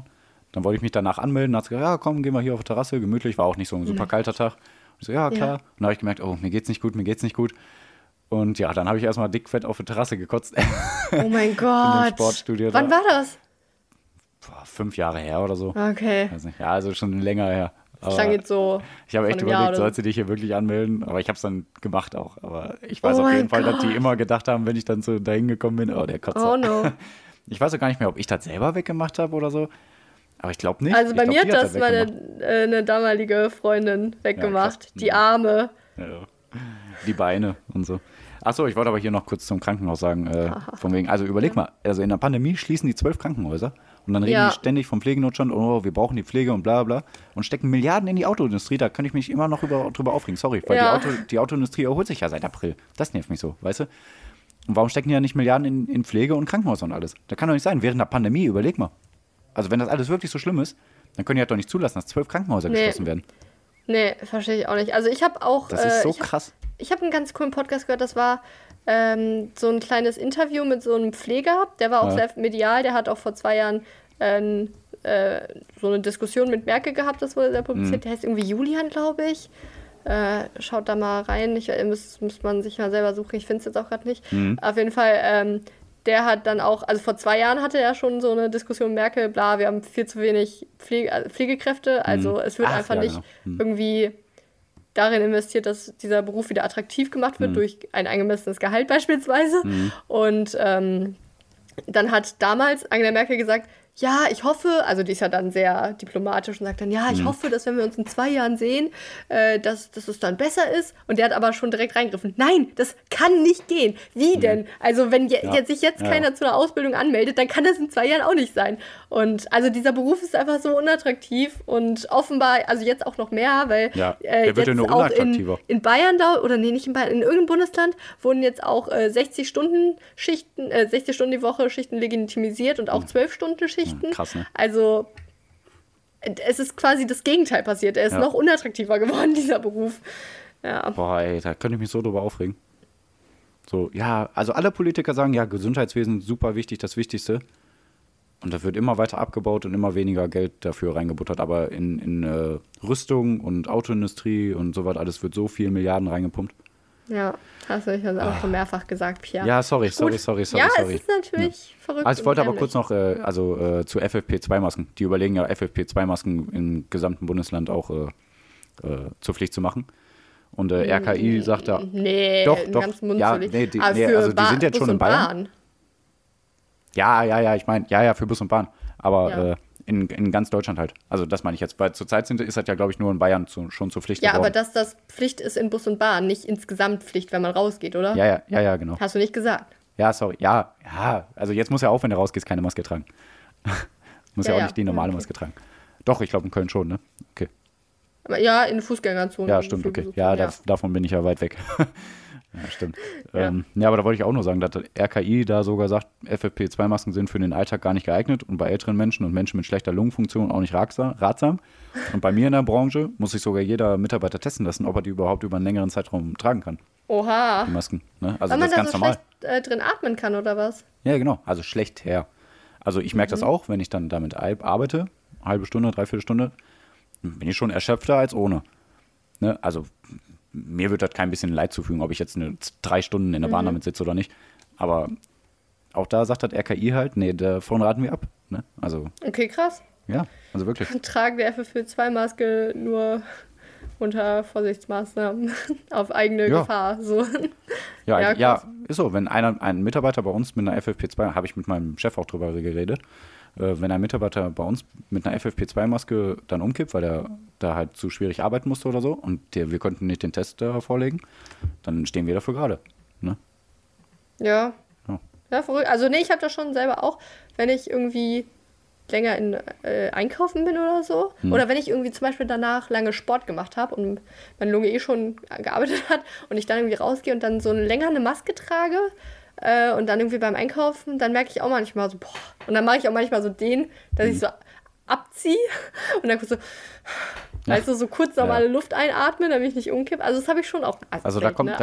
Dann wollte ich mich danach anmelden, dann hat sie gesagt, ja komm, gehen wir hier auf die Terrasse, gemütlich, war auch nicht so ein super kalter Tag. Ich so, ja klar. Und dann habe ich gemerkt, oh, mir geht's nicht gut. Und ja, dann habe ich erstmal dickfett auf die Terrasse gekotzt. Oh mein Gott. In dem Sportstudio. Wann war das? 5 Jahre her oder so. Okay. Weiß nicht. Ja, also schon länger her. Das klang jetzt so. Ich habe echt überlegt, sollst du dich hier wirklich anmelden? Aber ich habe es dann gemacht auch. Aber ich weiß Oh auf jeden Fall, Gott. dass die immer gedacht haben, wenn ich dann so dahin gekommen bin, oh, der Kotzer. Oh no. Ich weiß auch gar nicht mehr, ob ich das selber weggemacht habe oder so. Aber ich glaube nicht. Also bei mir hat das weggemacht. eine damalige Freundin weggemacht. krass. Die Arme. Ja. Die Beine und so. Achso, ich wollte aber hier noch kurz zum Krankenhaus sagen. Von wegen, also überleg mal, also in der Pandemie schließen die 12 Krankenhäuser und dann reden die ständig vom Pflegenotstand, oh, wir brauchen die Pflege und bla bla und stecken Milliarden in die Autoindustrie. Da kann ich mich immer noch drüber aufregen, sorry, weil die Autoindustrie erholt sich ja seit April. Das nervt mich so, weißt du? Und warum stecken die ja nicht Milliarden in Pflege und Krankenhäuser und alles? Das kann doch nicht sein, während der Pandemie, überleg mal. Also wenn das alles wirklich so schlimm ist, dann können die halt doch nicht zulassen, dass 12 Krankenhäuser geschlossen werden. Nee, verstehe ich auch nicht. Also ich habe auch... Das ist so krass. Ich habe einen ganz coolen Podcast gehört, das war so ein kleines Interview mit so einem Pfleger, der war auch sehr medial, der hat auch vor 2 Jahren so eine Diskussion mit Merkel gehabt, das wurde sehr publiziert, der heißt irgendwie Julian, glaube ich. Schaut da mal rein, müsste man sich mal selber suchen, ich finde es jetzt auch gerade nicht. Auf jeden Fall, der hat dann auch, also vor 2 Jahren hatte er schon so eine Diskussion, Merkel, bla, wir haben viel zu wenig Pflegekräfte, also es wird einfach nicht irgendwie darin investiert, dass dieser Beruf wieder attraktiv gemacht wird durch ein angemessenes Gehalt beispielsweise. Und dann hat damals Angela Merkel gesagt, ja, ich hoffe, also die ist ja dann sehr diplomatisch und sagt dann, ja, ich hoffe, dass wenn wir uns in 2 Jahren sehen, dass es dann besser ist. Und der hat aber schon direkt reingegriffen. Nein, das kann nicht gehen. Wie denn? Also wenn sich jetzt keiner zu einer Ausbildung anmeldet, dann kann das in 2 Jahren auch nicht sein. Und also dieser Beruf ist einfach so unattraktiv und offenbar, also jetzt auch noch mehr, weil der wird jetzt ja nur auch unattraktiver. in Bayern oder nee, nicht in Bayern, in irgendeinem Bundesland wurden jetzt auch 60 Stunden die Woche Schichten legitimisiert und auch 12-Stunden-Schichten. Krass, ne? Also es ist quasi das Gegenteil passiert. Er ist noch unattraktiver geworden, dieser Beruf. Ja. Boah, ey, da könnte ich mich so drüber aufregen. So, ja, also alle Politiker sagen, ja, Gesundheitswesen super wichtig, das Wichtigste. Und da wird immer weiter abgebaut und immer weniger Geld dafür reingebuttert. Aber in Rüstung und Autoindustrie und so was, alles wird so viel Milliarden reingepumpt. Ja, hast du ja auch schon mehrfach gesagt, Pia. Ja, sorry. Ja, es ist natürlich verrückt. Also ich wollte aber kurz noch zu FFP2-Masken. Die überlegen ja, FFP2-Masken im gesamten Bundesland auch zur Pflicht zu machen. Und RKI sagt da... Nee, doch, den ganzen Mund ja, zu legen. nee, also die sind jetzt schon in Bayern. Ja, ich meine, für Bus und Bahn. Aber in ganz Deutschland halt. Also das meine ich jetzt, weil zurzeit ist das ja, glaube ich, nur in Bayern schon zur Pflicht geworden. Ja, aber dass das Pflicht ist in Bus und Bahn, nicht insgesamt Pflicht, wenn man rausgeht, oder? Ja, genau. Hast du nicht gesagt? Ja, sorry. Ja, also jetzt muss ja auch, wenn du rausgehst, keine Maske tragen. Muss ja auch nicht die normale Maske tragen. Doch, ich glaube in Köln schon, ne? Okay. Aber ja, in Fußgängerzonen. Ja, stimmt, okay. Ja, davon bin ich ja weit weg. Ja, stimmt. Aber da wollte ich auch nur sagen, dass RKI da sogar sagt, FFP2-Masken sind für den Alltag gar nicht geeignet und bei älteren Menschen und Menschen mit schlechter Lungenfunktion auch nicht ratsam. Und bei mir in der Branche muss sich sogar jeder Mitarbeiter testen lassen, ob er die überhaupt über einen längeren Zeitraum tragen kann. Oha. Die Masken. Ne? Also weil man das ist da ganz so normal. schlecht drin atmen kann, oder was? Ja, genau. Also schlecht her. Also ich merke das auch, wenn ich dann damit arbeite, halbe Stunde, 3/4 Stunde, bin ich schon erschöpfter als ohne. Ne? Also mir wird das kein bisschen Leid zufügen, ob ich jetzt 3 Stunden in der Bahn damit sitze oder nicht. Aber auch da sagt das RKI halt, nee, davon raten wir ab. Ne? Also, okay, krass. Ja, also wirklich. Tragen der FFP2-Maske nur unter Vorsichtsmaßnahmen auf eigene Gefahr. So. Ja, ist so. Wenn ein Mitarbeiter bei uns mit einer FFP2, habe ich mit meinem Chef auch drüber geredet, wenn ein Mitarbeiter bei uns mit einer FFP2-Maske dann umkippt, weil der da halt zu schwierig arbeiten musste oder so und wir konnten nicht den Test vorlegen, dann stehen wir dafür gerade. Ne? Ja, verrückt. Also nee, ich habe das schon selber auch, wenn ich irgendwie länger einkaufen bin oder so. Oder wenn ich irgendwie zum Beispiel danach lange Sport gemacht habe und meine Lunge schon gearbeitet hat und ich dann irgendwie rausgehe und dann so länger eine Maske trage und dann irgendwie beim Einkaufen, dann merke ich auch manchmal so, boah. Und dann mache ich auch manchmal so dass ich so abziehe und dann kurz so, weißt du, so kurz normale Luft einatmen, damit ich nicht umkippe. Also das habe ich schon auch. Also da kommt,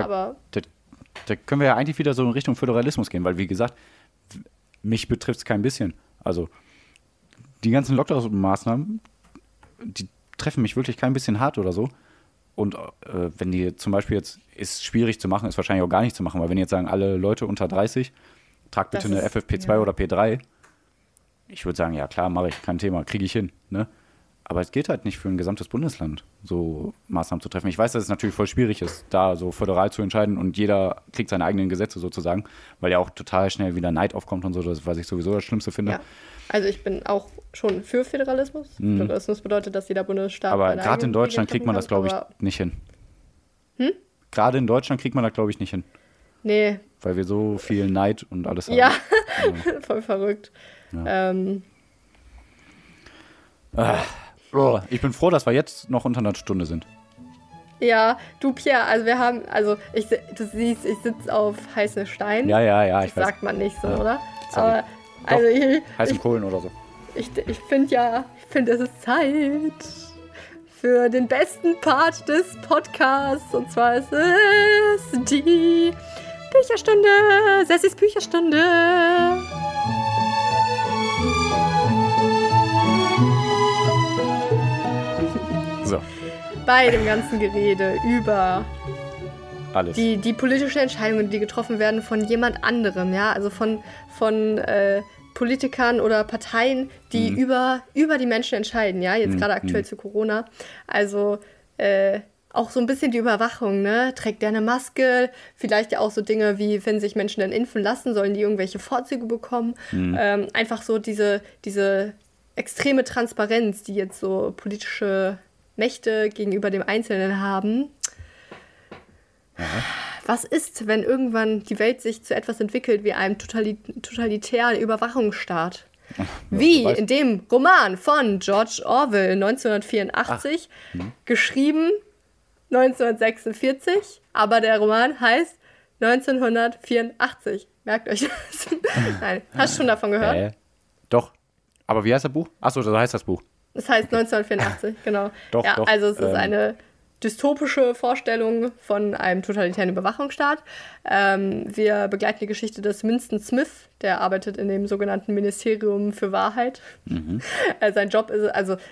da können wir ja eigentlich wieder so in Richtung Föderalismus gehen, weil wie gesagt, mich betrifft es kein bisschen. Also die ganzen Lockdown-Maßnahmen, die treffen mich wirklich kein bisschen hart oder so. Und wenn die zum Beispiel jetzt, ist schwierig zu machen, ist wahrscheinlich auch gar nicht zu machen, weil wenn jetzt sagen, alle Leute unter 30, tragt bitte eine FFP2 oder P3, ich würde sagen, ja klar, mache ich, kein Thema, kriege ich hin, ne? Aber es geht halt nicht für ein gesamtes Bundesland, so Maßnahmen zu treffen. Ich weiß, dass es natürlich voll schwierig ist, da so föderal zu entscheiden und jeder kriegt seine eigenen Gesetze sozusagen, weil ja auch total schnell wieder Neid aufkommt und so, das, was ich sowieso das Schlimmste finde. Ja. Also ich bin auch schon für Föderalismus. Föderalismus bedeutet, dass jeder Bundesstaat... Aber gerade in Deutschland kriegt man das, glaube ich, nicht hin. Gerade in Deutschland kriegt man das, glaube ich, nicht hin. Nee. Weil wir so viel Neid und alles haben. Ja, voll verrückt. Ja. Ich bin froh, dass wir jetzt noch unter einer Stunde sind. Ja, du Pierre, also wir haben, du siehst, ich sitze auf heißen Stein. Ja, ich weiß. Das sagt man nicht so, oder? Sorry. Aber, also heißen Kohlen oder so. Ich finde, es ist Zeit für den besten Part des Podcasts. Und zwar ist es die Bücherstunde, Sessis Bücherstunde. So. Bei dem ganzen Gerede über alles. Die politischen Entscheidungen, die getroffen werden von jemand anderem, ja, also von Politikern oder Parteien, die über die Menschen entscheiden, ja, jetzt gerade aktuell zu Corona. Also auch so ein bisschen die Überwachung, ne? Trägt der eine Maske? Vielleicht ja auch so Dinge wie, wenn sich Menschen dann impfen lassen, sollen die irgendwelche Vorzüge bekommen? Einfach so diese extreme Transparenz, die jetzt so politische Mächte gegenüber dem Einzelnen haben. Ja. Was ist, wenn irgendwann die Welt sich zu etwas entwickelt wie einem totalitären Überwachungsstaat? Wie in dem Roman von George Orwell 1984, geschrieben 1946, aber der Roman heißt 1984. Merkt euch das. Nein, hast du schon davon gehört? Doch. Aber wie heißt das Buch? Achso, so heißt das Buch. Das heißt 1984, genau. Doch. Also es ist eine dystopische Vorstellung von einem totalitären Überwachungsstaat. Wir begleiten die Geschichte des Winston Smith, der arbeitet in dem sogenannten Ministerium für Wahrheit. Sein Job ist,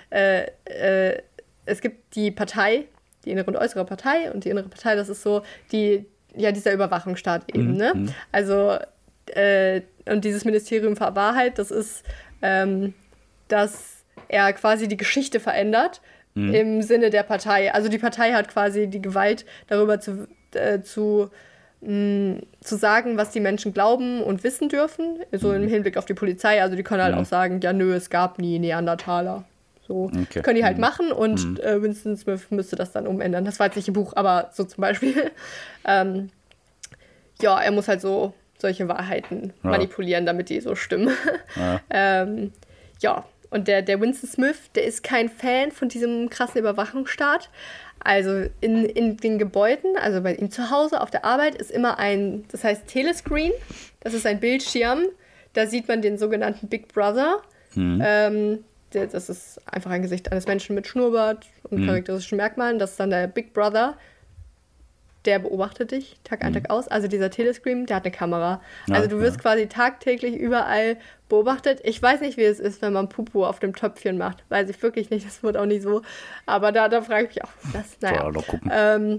es gibt die Partei, die innere und äußere Partei, und die innere Partei, das ist so dieser Überwachungsstaat eben, ne? Also, und dieses Ministerium für Wahrheit, das ist, dass er quasi die Geschichte verändert, im Sinne der Partei. Also die Partei hat quasi die Gewalt, darüber zu sagen, was die Menschen glauben und wissen dürfen, so im Hinblick auf die Polizei. Also die können halt auch sagen, ja nö, es gab nie Neandertaler. So können die halt machen, und Winston Smith müsste das dann umändern. Das war jetzt nicht im Buch, aber so zum Beispiel. Er muss halt so solche Wahrheiten manipulieren, damit die so stimmen. Und der Winston Smith, der ist kein Fan von diesem krassen Überwachungsstaat. Also in den Gebäuden, also bei ihm zu Hause, auf der Arbeit, ist immer das heißt Telescreen. Das ist ein Bildschirm. Da sieht man den sogenannten Big Brother. Das ist einfach ein Gesicht eines Menschen mit Schnurrbart und charakteristischen Merkmalen. Das ist dann der Big Brother. Der beobachtet dich Tag ein, Tag aus. Also dieser Telescreen, der hat eine Kamera. Also du wirst quasi tagtäglich überall beobachtet. Ich weiß nicht, wie es ist, wenn man Pupu auf dem Töpfchen macht. Weiß ich wirklich nicht, das wird auch nicht so. Aber da frage ich mich auch, was, naja. Noch gucken.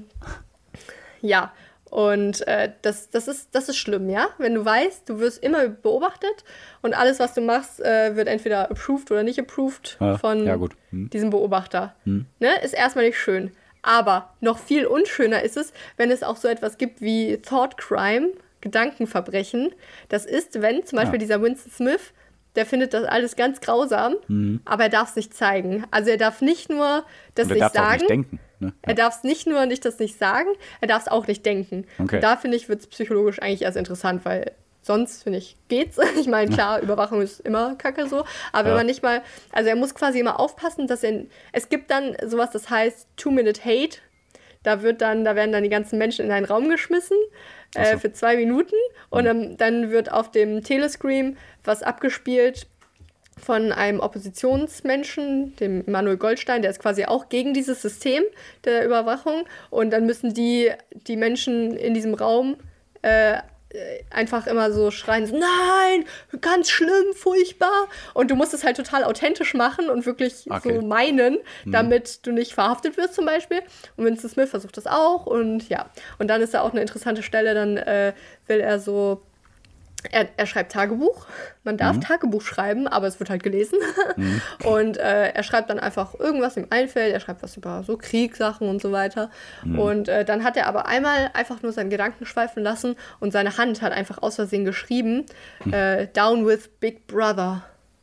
Und das ist schlimm, ja? Wenn du weißt, du wirst immer beobachtet und alles, was du machst, wird entweder approved oder nicht approved von diesem Beobachter. Ne? Ist erstmal nicht schön. Aber noch viel unschöner ist es, wenn es auch so etwas gibt wie Thought Crime, Gedankenverbrechen. Das ist, wenn zum Beispiel dieser Winston Smith, der findet das alles ganz grausam, aber er darf es nicht zeigen. Also er darf nicht nur das nicht sagen. Auch nicht denken, ne? Er darf es nicht nur das nicht sagen, er darf es auch nicht denken. Okay. Und da, finde ich, wird es psychologisch eigentlich erst interessant, weil sonst, finde ich, geht's. Ich meine, klar, Überwachung ist immer kacke so. Aber wenn man nicht mal, also er muss quasi immer aufpassen, dass es gibt dann sowas, das heißt 2-Minute-Hate. Da werden dann die ganzen Menschen in einen Raum geschmissen für 2 Minuten. Und dann wird auf dem Telescreen was abgespielt von einem Oppositionsmenschen, dem Emanuel Goldstein, der ist quasi auch gegen dieses System der Überwachung. Und dann müssen die Menschen in diesem Raum einfach immer so schreien, so, nein, ganz schlimm, furchtbar. Und du musst es halt total authentisch machen und wirklich so meinen, damit du nicht verhaftet wirst zum Beispiel. Und Winston Smith versucht das auch und ja. Und dann ist da auch eine interessante Stelle, dann will er so, er schreibt Tagebuch. Man darf Tagebuch schreiben, aber es wird halt gelesen. Und er schreibt dann einfach irgendwas ihm einfällt. Er schreibt was über so Kriegssachen und so weiter. Und dann hat er aber einmal einfach nur seinen Gedanken schweifen lassen und seine Hand hat einfach aus Versehen geschrieben, Down with Big Brother.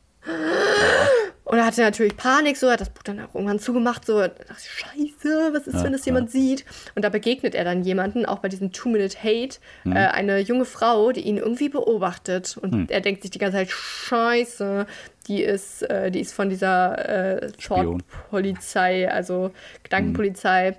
Und er hatte natürlich Panik, so, er hat das Buch dann auch irgendwann zugemacht, so, da dachte ich, scheiße, was ist, wenn das jemand sieht? Und da begegnet er dann jemanden, auch bei diesem 2-Minute-Hate, eine junge Frau, die ihn irgendwie beobachtet. Und er denkt sich die ganze Zeit, scheiße, die ist von dieser Short-Polizei, also Gedankenpolizei,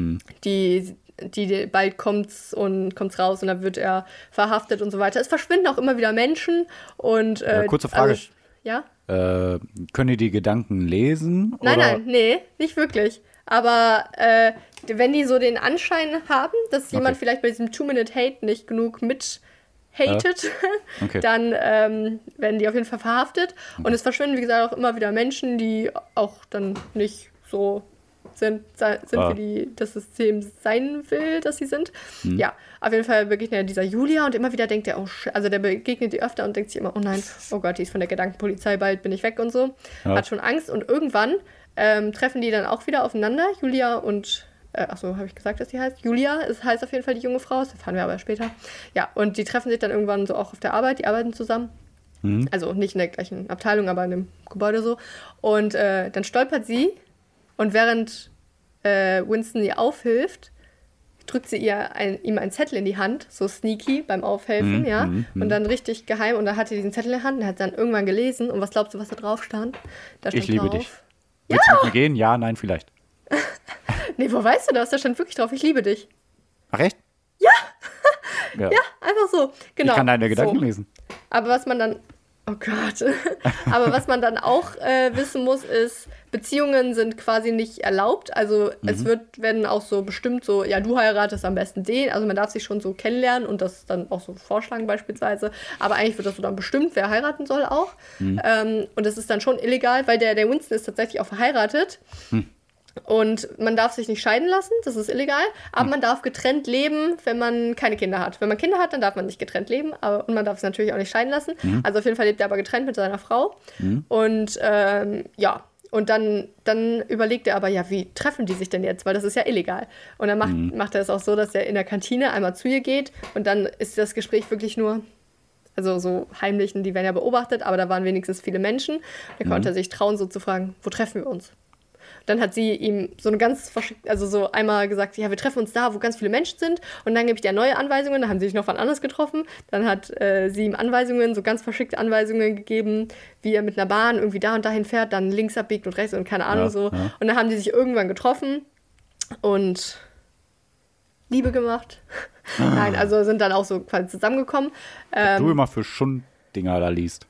die bald kommt's raus und dann wird er verhaftet und so weiter. Es verschwinden auch immer wieder Menschen und kurze Frage. Also, ja? Können die Gedanken lesen? Nein, nicht wirklich. Aber wenn die so den Anschein haben, dass jemand vielleicht bei diesem 2-Minute-Hate nicht genug mit-hatet, dann werden die auf jeden Fall verhaftet. Und es verschwinden, wie gesagt, auch immer wieder Menschen, die auch dann nicht so sind wie das System sein will, dass sie sind. Ja, auf jeden Fall begegnet er dieser Julia und immer wieder denkt er, also der begegnet die öfter und denkt sich immer, oh nein, oh Gott, die ist von der Gedankenpolizei, bald bin ich weg und so. Hat schon Angst und irgendwann treffen die dann auch wieder aufeinander, Julia und, habe ich gesagt, dass die heißt? Julia, es heißt auf jeden Fall die junge Frau, das erfahren wir aber später. Ja, und die treffen sich dann irgendwann so auch auf der Arbeit, die arbeiten zusammen. Also nicht in der gleichen Abteilung, aber in dem Gebäude so. Und dann stolpert sie. Und während Winston ihr aufhilft, drückt sie ihm einen Zettel in die Hand, so sneaky beim Aufhelfen, und dann richtig geheim. Und dann hat sie diesen Zettel in der Hand und hat dann irgendwann gelesen. Und was glaubst du, was da drauf stand? Da stand ich liebe drauf, dich. Willst du mit mir gehen? Ja, nein, vielleicht. Nee, wo weißt du das? Da stand wirklich drauf, ich liebe dich. Ach, echt? Ja! Ja, einfach so. Genau. Ich kann deine Gedanken lesen. Aber was man dann... Oh Gott. Aber was man dann auch wissen muss, ist, Beziehungen sind quasi nicht erlaubt. Also es werden auch so bestimmt so, ja, du heiratest am besten den. Also man darf sich schon so kennenlernen und das dann auch so vorschlagen beispielsweise. Aber eigentlich wird das so dann bestimmt, wer heiraten soll auch. Und das ist dann schon illegal, weil der Winston ist tatsächlich auch verheiratet. Und man darf sich nicht scheiden lassen, das ist illegal, aber man darf getrennt leben, wenn man keine Kinder hat. Wenn man Kinder hat, dann darf man nicht getrennt leben, und man darf es natürlich auch nicht scheiden lassen. Also auf jeden Fall lebt er aber getrennt mit seiner Frau. Und und dann überlegt er aber, ja, wie treffen die sich denn jetzt, weil das ist ja illegal. Und dann macht er es auch so, dass er in der Kantine einmal zu ihr geht und dann ist das Gespräch wirklich nur... Also so Heimlichen, die werden ja beobachtet, aber da waren wenigstens viele Menschen. Da konnte er sich trauen, so zu fragen, wo treffen wir uns? Dann hat sie ihm so eine ganz also so einmal gesagt, ja, wir treffen uns da, wo ganz viele Menschen sind. Und dann gebe ich dir neue Anweisungen. Da haben sie sich noch wann anders getroffen. Dann hat sie ihm Anweisungen, so ganz verschickte Anweisungen gegeben, wie er mit einer Bahn irgendwie da und dahin fährt, dann links abbiegt und rechts und keine Ahnung so. Ja. Und dann haben die sich irgendwann getroffen und Liebe gemacht. Nein, also sind dann auch so quasi zusammengekommen. Du immer für Schunddinger da liest.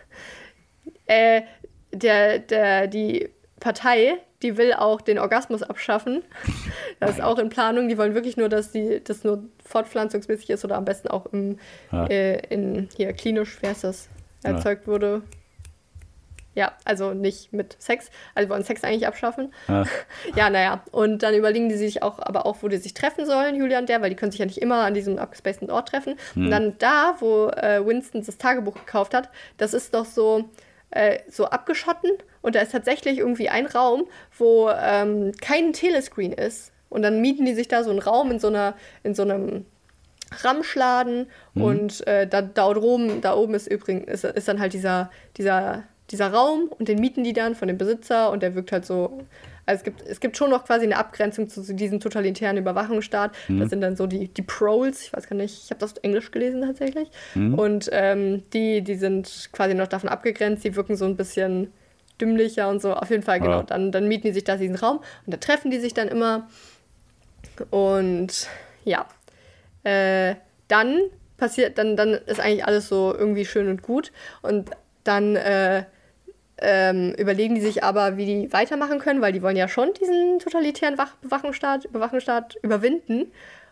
Die Partei, die will auch den Orgasmus abschaffen. Das ist auch in Planung. Die wollen wirklich nur, dass das nur fortpflanzungsmäßig ist oder am besten auch hier klinisch, wie heißt das, erzeugt wurde. Ja, also nicht mit Sex. Also wollen Sex eigentlich abschaffen. Ja, naja. Und dann überlegen die sich aber auch, wo die sich treffen sollen, Julia und der, weil die können sich ja nicht immer an diesem abgespaceden Ort treffen. Und dann da, wo Winston das Tagebuch gekauft hat, das ist doch so abgeschotten und da ist tatsächlich irgendwie ein Raum, wo kein Telescreen ist. Und dann mieten die sich da so einen Raum in so einem Ramschladen und da oben ist übrigens ist dann halt dieser Raum und den mieten die dann von dem Besitzer und der wirkt halt so, also es gibt schon noch quasi eine Abgrenzung zu diesem totalitären Überwachungsstaat. Das sind dann so die Proles, ich weiß gar nicht, ich habe das auf Englisch gelesen tatsächlich. Und die sind quasi noch davon abgegrenzt, die wirken so ein bisschen dümmlicher und so. Auf jeden Fall, genau. Dann mieten die sich da diesen Raum und da treffen die sich dann immer. Und ja, dann ist eigentlich alles so irgendwie schön und gut. Und dann überlegen die sich aber, wie die weitermachen können, weil die wollen ja schon diesen totalitären Überwachungsstaat überwinden.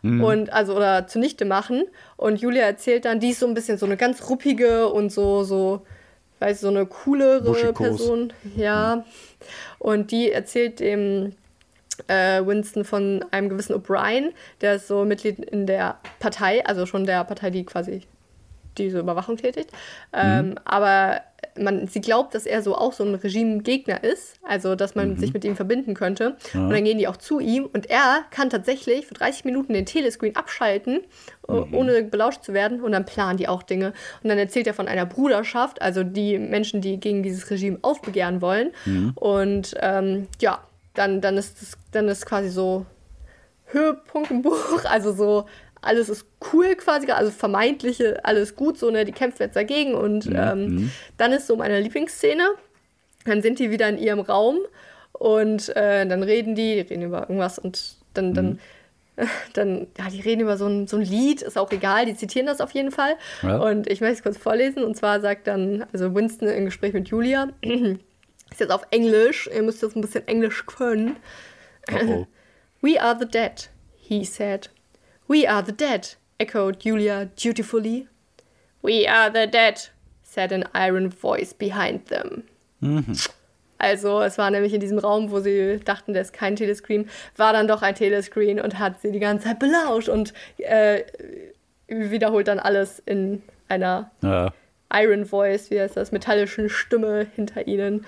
und oder zunichte machen. Und Julia erzählt dann, die ist so ein bisschen so eine ganz ruppige und so eine coolere Buschikos. Person. Ja. Und die erzählt dem Winston von einem gewissen O'Brien, der ist so Mitglied in der Partei, also schon der Partei, die quasi diese Überwachung tätigt. Aber sie glaubt, dass er auch so ein Regimegegner ist, also dass man sich mit ihm verbinden könnte. Ja. Und dann gehen die auch zu ihm und er kann tatsächlich für 30 Minuten den Telescreen abschalten, ohne belauscht zu werden, und dann planen die auch Dinge. Und dann erzählt er von einer Bruderschaft, also die Menschen, die gegen dieses Regime aufbegehren wollen. Und dann ist quasi so Höhepunkt im Buch, also so alles ist cool quasi, also vermeintliche, alles gut, so, ne, die kämpfen jetzt dagegen und dann ist so meine Lieblingsszene, dann sind die wieder in ihrem Raum und dann reden die über irgendwas und dann die reden über so ein Lied, ist auch egal, die zitieren das auf jeden Fall. Ja. Und ich möchte es kurz vorlesen, und zwar sagt dann, also Winston im Gespräch mit Julia, ist jetzt auf Englisch, ihr müsst jetzt ein bisschen Englisch können. Uh-oh. We are the dead, he said. We are the dead, echoed Julia dutifully. We are the dead, said an iron voice behind them. Also es war nämlich in diesem Raum, wo sie dachten, der ist kein Telescreen, war dann doch ein Telescreen und hat sie die ganze Zeit belauscht und wiederholt dann alles in einer Iron Voice, wie heißt das, metallischen Stimme hinter ihnen.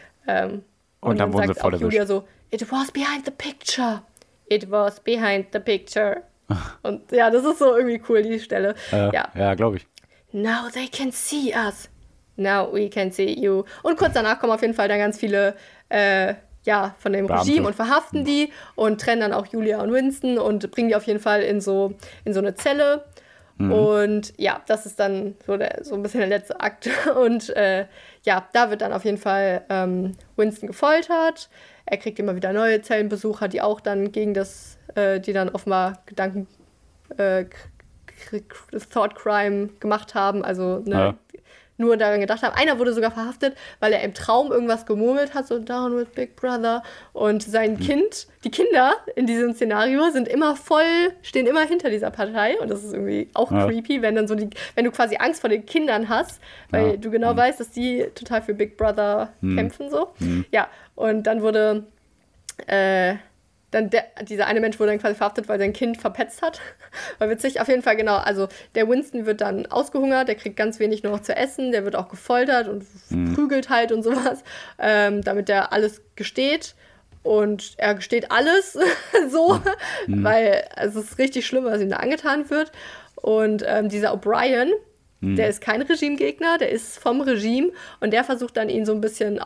Und dann wurden sie voll erwischt. Julia so, it was behind the picture. It was behind the picture. Und ja, das ist so irgendwie cool, die Stelle. Ja, glaube ich. Now they can see us. Now we can see you. Und kurz danach kommen auf jeden Fall dann ganz viele von dem Beamte. Regime und verhaften die und trennen dann auch Julia und Winston und bringen die auf jeden Fall in so eine Zelle. Und ja, das ist dann so ein bisschen der letzte Akt. Und da wird dann auf jeden Fall Winston gefoltert. Er kriegt immer wieder neue Zellenbesucher, die auch dann gegen die dann offenbar Thought Crime gemacht haben, also nur daran gedacht haben. Einer wurde sogar verhaftet, weil er im Traum irgendwas gemurmelt hat, so down with Big Brother. Und sein Kind, die Kinder in diesem Szenario stehen immer hinter dieser Partei. Und das ist irgendwie auch creepy, wenn dann wenn du quasi Angst vor den Kindern hast, weil du genau weißt, dass die total für Big Brother kämpfen, so. Ja, und dann wurde dieser eine Mensch wurde dann quasi verhaftet, weil sein Kind verpetzt hat. War witzig, auf jeden Fall, genau. Also der Winston wird dann ausgehungert, der kriegt ganz wenig nur noch zu essen, der wird auch gefoltert und prügelt halt und sowas, damit er alles gesteht. Und er gesteht alles weil es ist richtig schlimm, was ihm da angetan wird. Und dieser O'Brien, der ist kein Regimegegner, der ist vom Regime und der versucht dann, ihn so ein bisschen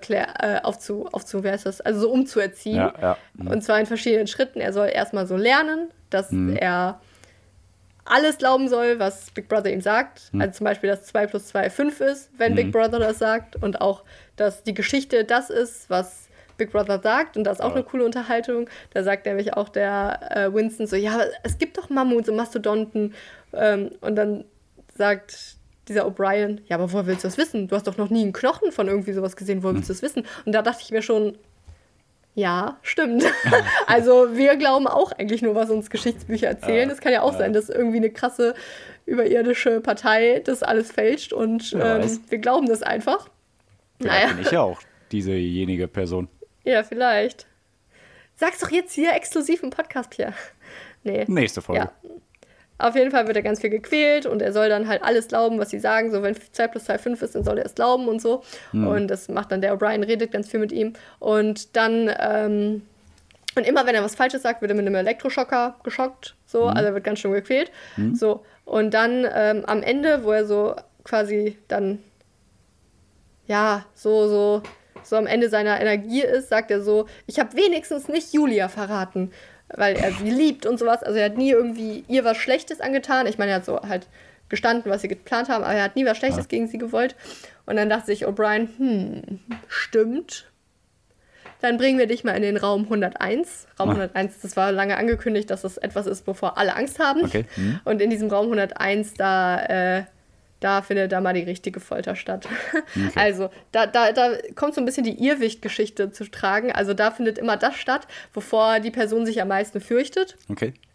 umzuerziehen. Ja. Und zwar in verschiedenen Schritten. Er soll erstmal so lernen, dass er alles glauben soll, was Big Brother ihm sagt. Also zum Beispiel, dass 2 + 2 5 ist, wenn Big Brother das sagt. Und auch, dass die Geschichte das ist, was Big Brother sagt. Und das ist auch eine coole Unterhaltung. Da sagt nämlich auch der Winston so, ja, es gibt doch Mammuts und Mastodonten. Und dann sagt dieser O'Brien, ja, aber woher willst du das wissen? Du hast doch noch nie einen Knochen von irgendwie sowas gesehen, woher willst du das wissen? Und da dachte ich mir schon, ja, stimmt. Also wir glauben auch eigentlich nur, was uns Geschichtsbücher erzählen. Es kann ja auch sein, dass irgendwie eine krasse überirdische Partei das alles fälscht und wir glauben das einfach. Vielleicht bin ich ja auch diesejenige Person. Ja, vielleicht. Sag's doch jetzt hier exklusiv im Podcast, Pierre. Nee. Nächste Folge. Ja. Auf jeden Fall wird er ganz viel gequält und er soll dann halt alles glauben, was sie sagen. So, wenn 2 + 2 5 ist, dann soll er es glauben und so. Und das macht dann der O'Brien, redet ganz viel mit ihm. Und dann, und immer wenn er was Falsches sagt, wird er mit einem Elektroschocker geschockt. So, also er wird ganz schön gequält. So, und dann am Ende, wo er so quasi dann, ja, so am Ende seiner Energie ist, sagt er so, ich habe wenigstens nicht Julia verraten, weil er sie liebt und sowas. Also er hat nie irgendwie ihr was Schlechtes angetan. Ich meine, er hat so halt gestanden, was sie geplant haben, aber er hat nie was Schlechtes gegen sie gewollt. Und dann dachte sich O'Brien, stimmt. Dann bringen wir dich mal in den Raum 101. Raum 101, das war lange angekündigt, dass das etwas ist, wovor alle Angst haben. Okay. Und in diesem Raum 101, da findet da mal die richtige Folter statt. Okay. Also, da kommt so ein bisschen die Irrwicht-Geschichte zu tragen. Also, da findet immer das statt, wovor die Person sich am meisten fürchtet. Okay.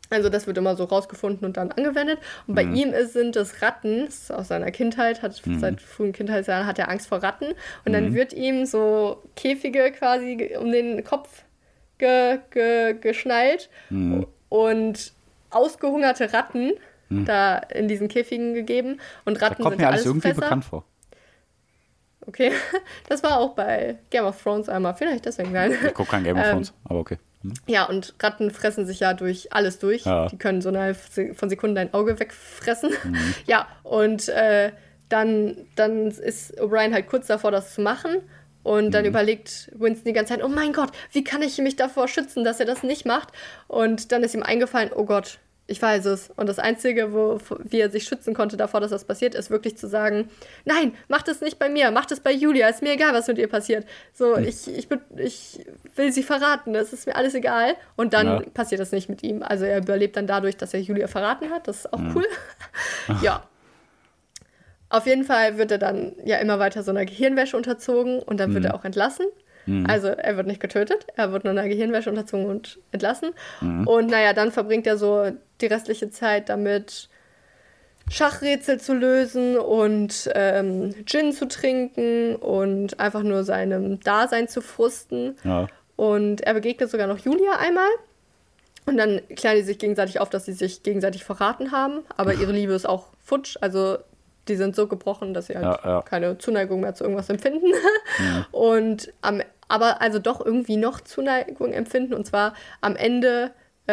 Also das wird immer so rausgefunden und dann angewendet. Und bei ihm sind es Ratten, das ist aus seiner Kindheit, seit frühen Kindheitsjahren hat er Angst vor Ratten. Und dann wird ihm so Käfige quasi um den Kopf geschnallt und ausgehungerte Ratten da in diesen Käfigen gegeben. Und Ratten kommt sind mir alles irgendwie Allesfresser. bekannt vor. Okay, das war auch bei Game of Thrones einmal. Vielleicht deswegen, nein. Ich gucke kein Game of Thrones, aber okay. Ja, und Ratten fressen sich ja durch alles durch. Ja. Die können so innerhalb von Sekunden dein Auge wegfressen. Ja, und dann ist O'Brien halt kurz davor, das zu machen. Und dann überlegt Winston die ganze Zeit, oh mein Gott, wie kann ich mich davor schützen, dass er das nicht macht? Und dann ist ihm eingefallen, oh Gott, ich weiß es. Und das Einzige, wie er sich schützen konnte davor, dass das passiert, ist wirklich zu sagen, nein, mach das nicht bei mir, mach das bei Julia, ist mir egal, was mit ihr passiert. So, ich will sie verraten, das ist mir alles egal. Und dann passiert das nicht mit ihm. Also er überlebt dann dadurch, dass er Julia verraten hat, das ist auch cool. Ja. Auf jeden Fall wird er dann ja immer weiter so einer Gehirnwäsche unterzogen und dann wird er auch entlassen. Also er wird nicht getötet, er wird nur einer Gehirnwäsche unterzogen und entlassen. Und naja, dann verbringt er so die restliche Zeit damit, Schachrätsel zu lösen und Gin zu trinken und einfach nur seinem Dasein zu frusten. Ja. Und er begegnet sogar noch Julia einmal. Und dann klären die sich gegenseitig auf, dass sie sich gegenseitig verraten haben. Aber ihre Liebe ist auch futsch, also die sind so gebrochen, dass sie halt keine Zuneigung mehr zu irgendwas empfinden. Und aber also doch irgendwie noch Zuneigung empfinden. Und zwar am Ende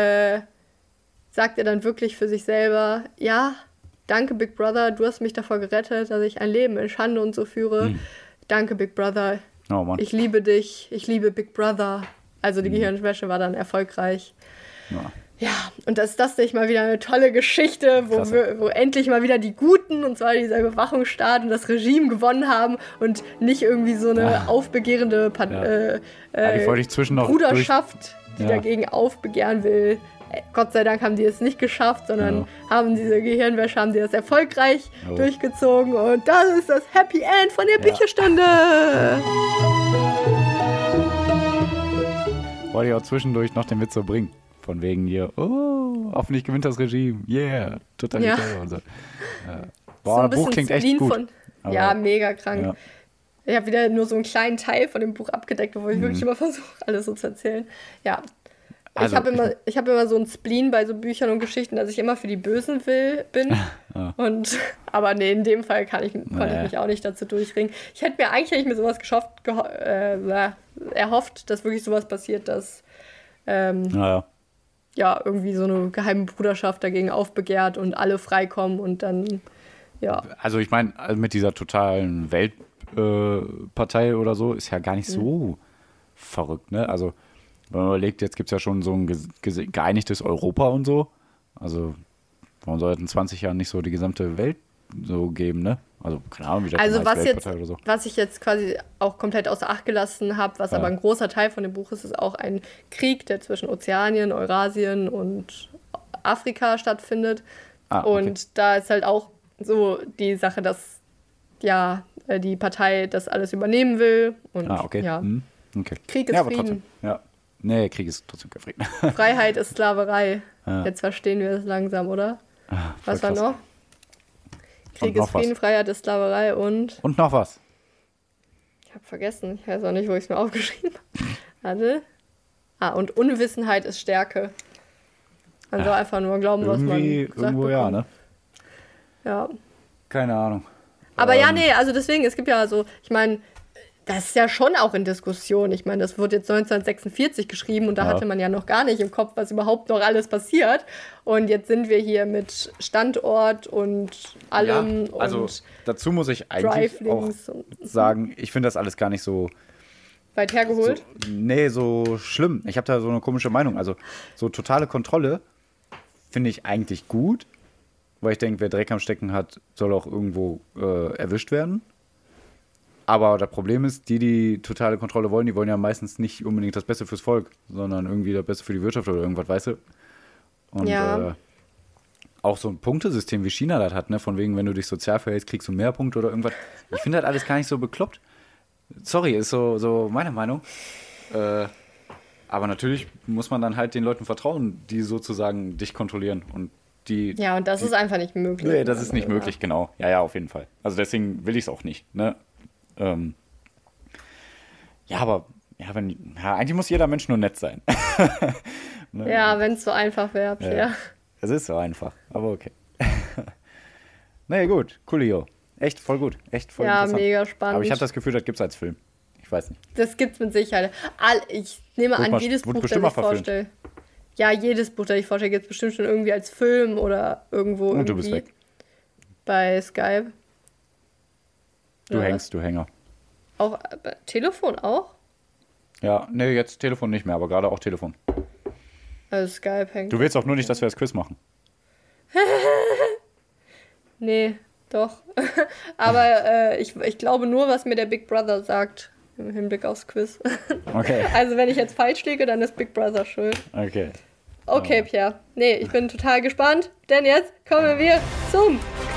sagt er dann wirklich für sich selber, ja, danke Big Brother, du hast mich davor gerettet, dass ich ein Leben in Schande und so führe. Danke Big Brother, ich liebe dich, ich liebe Big Brother. Also die Gehirnwäsche war dann erfolgreich. Ja, und das nicht mal wieder eine tolle Geschichte, wo endlich mal wieder die Guten, und zwar dieser Überwachungsstaat und das Regime gewonnen haben und nicht irgendwie so eine aufbegehrende Bruderschaft, die dagegen aufbegehren will. Gott sei Dank haben die es nicht geschafft, sondern haben diese Gehirnwäsche, haben die das erfolgreich durchgezogen. Und das ist das Happy End von der Bücherstunde. Wollte ich auch zwischendurch noch den Witz so bringen. Von wegen hier, oh, hoffentlich gewinnt das Regime. Yeah, totalitär und so. Boah, das Buch klingt echt gut. Ja, mega krank. Ja. Ich habe wieder nur so einen kleinen Teil von dem Buch abgedeckt, wo ich wirklich immer versuche, alles so zu erzählen. Ja. Also, ich hab immer so einen Spleen bei so Büchern und Geschichten, dass ich immer für die Bösen bin. Aber nee, in dem Fall konnte ich mich auch nicht dazu durchringen. Eigentlich hätte ich mir sowas erhofft, dass wirklich sowas passiert, dass irgendwie so eine geheime Bruderschaft dagegen aufbegehrt und alle freikommen und dann, Also ich meine, mit dieser totalen Weltpartei oder so ist ja gar nicht so verrückt, ne? Also wenn man überlegt, jetzt gibt es ja schon so ein geeinigtes Europa und so. Also warum soll es in 20 Jahren nicht so die gesamte Welt so geben, ne? Also keine Ahnung, wie das also was ich jetzt quasi auch komplett außer Acht gelassen habe, was aber ein großer Teil von dem Buch ist, ist auch ein Krieg, der zwischen Ozeanien, Eurasien und Afrika stattfindet. Okay. Und da ist halt auch so die Sache, dass die Partei das alles übernehmen will. Und okay. Okay. Krieg ist Frieden. Nee, Krieg ist trotzdem kein Frieden. Freiheit ist Sklaverei. Jetzt verstehen wir es langsam, oder? Was war noch? Krieg ist Frieden, Freiheit ist Sklaverei und... Und noch was? Ich habe vergessen. Ich weiß auch nicht, wo ich es mir aufgeschrieben habe. Warte. Und Unwissenheit ist Stärke. Man soll einfach nur glauben, was man gesagt irgendwo bekommt. Ne? Ja. Keine Ahnung. Aber also deswegen, es gibt ja so, ich meine, das ist ja schon auch in Diskussion. Ich meine, das wurde jetzt 1946 geschrieben und da hatte man ja noch gar nicht im Kopf, was überhaupt noch alles passiert. Und jetzt sind wir hier mit Standort und allem. Ja, also dazu muss ich eigentlich auch sagen, ich finde das alles gar nicht so weit hergeholt. So schlimm. Ich habe da so eine komische Meinung. Also so totale Kontrolle finde ich eigentlich gut, weil ich denke, wer Dreck am Stecken hat, soll auch irgendwo erwischt werden. Aber das Problem ist, die totale Kontrolle wollen, die wollen ja meistens nicht unbedingt das Beste fürs Volk, sondern irgendwie das Beste für die Wirtschaft oder irgendwas, weißt du? Und auch so ein Punktesystem, wie China das hat, ne? Von wegen, wenn du dich sozial verhältst, kriegst du mehr Punkte oder irgendwas. Ich finde das alles gar nicht so bekloppt. Sorry, ist so meine Meinung. Aber natürlich muss man dann halt den Leuten vertrauen, die sozusagen dich kontrollieren und die... Ja, und das ist einfach nicht möglich. Nee, das ist nicht möglich, genau. Ja, auf jeden Fall. Also deswegen will ich es auch nicht, ne? Ja, aber eigentlich muss jeder Mensch nur nett sein. Ne? Ja, wenn es so einfach wäre, Pierre. Es ist so einfach, aber okay. Nee, gut, Coolio. Echt voll gut, echt voll interessant. Ja, mega spannend. Aber ich habe das Gefühl, das gibt es als Film. Ich weiß nicht. Das gibt's mit Sicherheit. Ich nehme an, jedes Buch, das ich vorstelle. Ja, jedes Buch, das ich vorstelle, gibt es bestimmt schon irgendwie als Film oder irgendwo Und irgendwie. du bist weg. Bei Skype. Du hängst, du Hänger. Auch Telefon auch? Ja, nee, jetzt Telefon nicht mehr, aber gerade auch Telefon. Also Skype hängt. Du willst auch nur nicht, dass wir das Quiz machen. Nee, doch. Aber ich glaube nur, was mir der Big Brother sagt im Hinblick aufs Quiz. Okay. Also wenn ich jetzt falsch liege, dann ist Big Brother schuld. Okay. Okay, Pierre. Nee, ich bin total gespannt, denn jetzt kommen wir zum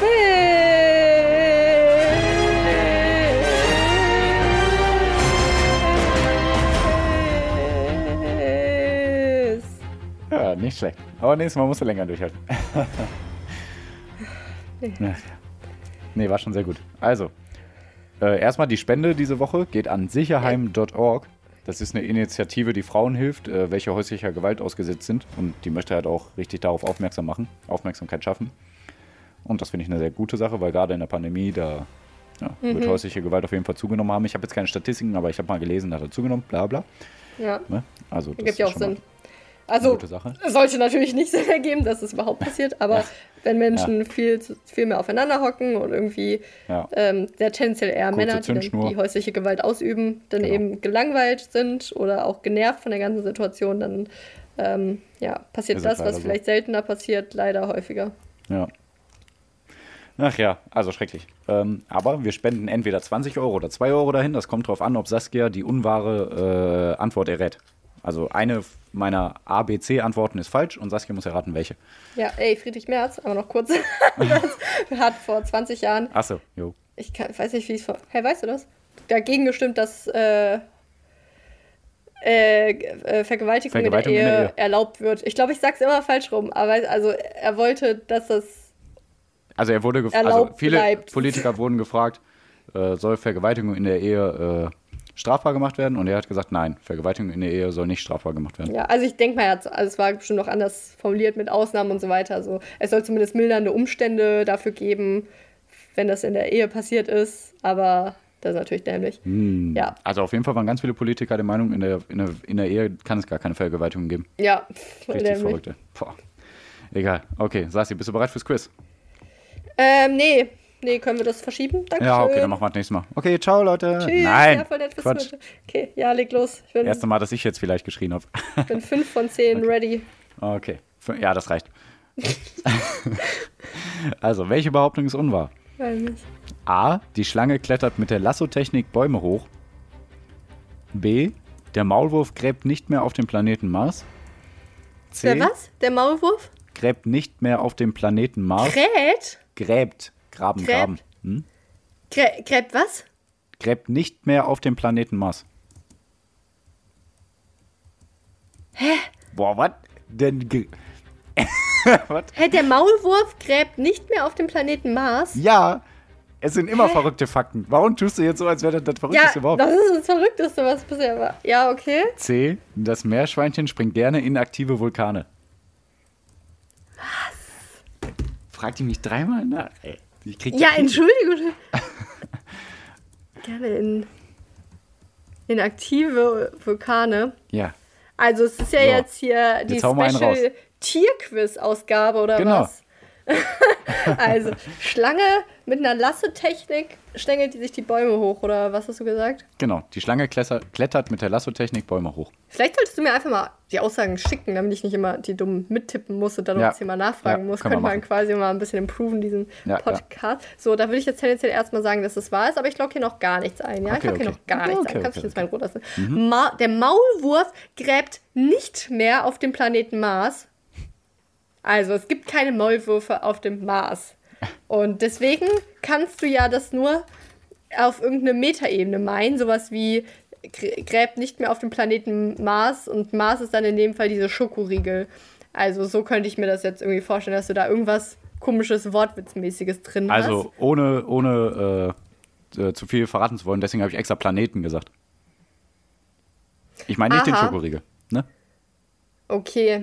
Quiz. Ja, nicht schlecht. Aber nächstes Mal musst du länger durchhalten. Nee, war schon sehr gut. Also, erstmal die Spende diese Woche geht an sicherheim.org. Das ist eine Initiative, die Frauen hilft, welche häuslicher Gewalt ausgesetzt sind. Und die möchte halt auch richtig darauf Aufmerksamkeit schaffen. Und das finde ich eine sehr gute Sache, weil gerade in der Pandemie, da wird häusliche Gewalt auf jeden Fall zugenommen haben. Ich habe jetzt keine Statistiken, aber ich habe mal gelesen, da hat er zugenommen, bla bla. Ja, Ne? Also, das gibt ja auch ist Sinn. Also, es sollte natürlich nicht Sinn ergeben, dass es überhaupt passiert, aber wenn Menschen viel mehr aufeinander hocken und irgendwie sehr tendenziell eher Männer, die häusliche Gewalt ausüben, dann eben gelangweilt sind oder auch genervt von der ganzen Situation, dann passiert das, was vielleicht seltener passiert, leider häufiger. Ja. Ach ja, also schrecklich. Aber wir spenden entweder 20 Euro oder 2 Euro dahin. Das kommt drauf an, ob Saskia die unwahre Antwort errät. Also eine meiner ABC-Antworten ist falsch und Saskia muss erraten, welche. Ja, Friedrich Merz, aber noch kurz. Hat vor 20 Jahren... Ach so, jo. Ich weiß nicht, wie es vor... Hey, weißt du das? Dagegen gestimmt, dass Vergewaltigung in der Ehe erlaubt wird. Ich glaube, ich sag's immer falsch rum, aber also er wollte, dass das er wurde viele bleibt. Politiker wurden gefragt, soll Vergewaltigung in der Ehe strafbar gemacht werden? Und er hat gesagt, nein, Vergewaltigung in der Ehe soll nicht strafbar gemacht werden. Ja, also ich denke mal, es war bestimmt noch anders formuliert mit Ausnahmen und so weiter. Also es soll zumindest mildernde Umstände dafür geben, wenn das in der Ehe passiert ist, aber das ist natürlich dämlich. Ja. Also auf jeden Fall waren ganz viele Politiker der Meinung, in der Ehe kann es gar keine Vergewaltigung geben. Ja, richtig verrückt. Egal. Okay, Sassi, bist du bereit fürs Quiz? Nee, können wir das verschieben? Dankeschön. Ja, okay, dann machen wir das nächste Mal. Okay, ciao, Leute. Tschüss. Nein, ja, voll nett Quatsch. Okay, ja, leg los. Erste Mal, dass ich jetzt vielleicht geschrien habe. Ich bin 5 von 10 ready. Okay, ja, das reicht. Also, welche Behauptung ist unwahr? Weiß nicht. A. Die Schlange klettert mit der Lasso-Technik Bäume hoch. B. Der Maulwurf gräbt nicht mehr auf dem Planeten Mars. C. Der was? Der Maulwurf? Gräbt nicht mehr auf dem Planeten Mars. Gräbt. Graben. Gräbt was? Gräbt nicht mehr auf dem Planeten Mars. Hä? Boah, was denn? Hä, der Maulwurf gräbt nicht mehr auf dem Planeten Mars? Ja, es sind immer verrückte Fakten. Warum tust du jetzt so, als wäre das Verrückteste überhaupt? Das ist das Verrückteste, was bisher war. Ja, okay. C. Das Meerschweinchen springt gerne in aktive Vulkane. Was? Fragt die mich dreimal nach? Ey. Entschuldigung. Gerne in aktive Vulkane. Ja. Also es ist ja jetzt hier die Special Tierquiz-Ausgabe oder was? Also Schlange mit einer Lasso-Technik schlängelt die sich die Bäume hoch oder was hast du gesagt? Genau, die Schlange klettert mit der Lasso-Technik Bäume hoch. Vielleicht solltest du mir einfach mal die Aussagen schicken, damit ich nicht immer die dumm mittippen muss und dann noch mal nachfragen muss. Könnte man quasi mal ein bisschen improven, diesen Podcast. Ja. So, da würde ich jetzt tendenziell erstmal sagen, dass das wahr ist, aber ich logge hier noch gar nichts ein. Ja? Ich logge hier noch gar nichts ein. Kannst du jetzt meinen Rot lassen? Der Maulwurf gräbt nicht mehr auf dem Planeten Mars. Also, es gibt keine Maulwürfe auf dem Mars. Und deswegen kannst du ja das nur auf irgendeine Metaebene meinen. Sowas wie, gräbt nicht mehr auf dem Planeten Mars und Mars ist dann in dem Fall diese Schokoriegel. Also so könnte ich mir das jetzt irgendwie vorstellen, dass du da irgendwas komisches, Wortwitzmäßiges drin hast. Also ohne zu viel verraten zu wollen, deswegen habe ich extra Planeten gesagt. Ich meine nicht den Schokoriegel, ne? Okay.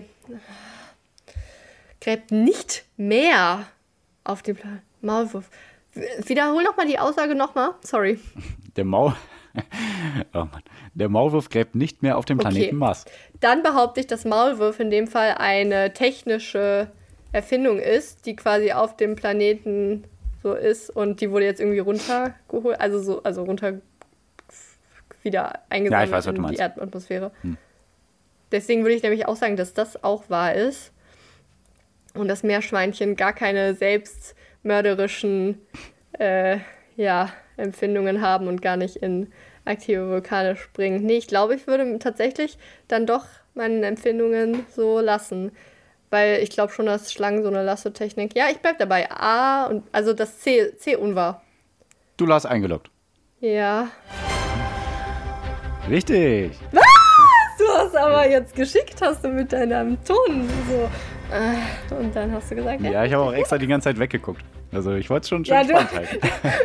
Gräbt nicht mehr auf dem Maulwurf. Wiederhol nochmal die Aussage nochmal. Sorry. Der Maulwurf gräbt nicht mehr auf dem Planeten Mars. Dann behaupte ich, dass Maulwurf in dem Fall eine technische Erfindung ist, die quasi auf dem Planeten so ist und die wurde jetzt irgendwie runtergeholt, also runter wieder eingesammelt in die Erdatmosphäre. Deswegen würde ich nämlich auch sagen, dass das auch wahr ist und dass Meerschweinchen gar keine selbstmörderischen Empfindungen haben und gar nicht in aktive Vulkane springen. Nee, ich glaube, ich würde tatsächlich dann doch meine Empfindungen so lassen. Weil ich glaube schon, dass Schlangen so eine Lasso-Technik... Ja, ich bleib dabei. A und also das C unwahr. Du hast eingeloggt. Ja. Richtig. Was? Du hast aber jetzt geschickt, hast du mit deinem Ton so... und dann hast du gesagt... Ja, ich habe auch extra die ganze Zeit weggeguckt. Also ich wollte es schon schön spannend halten.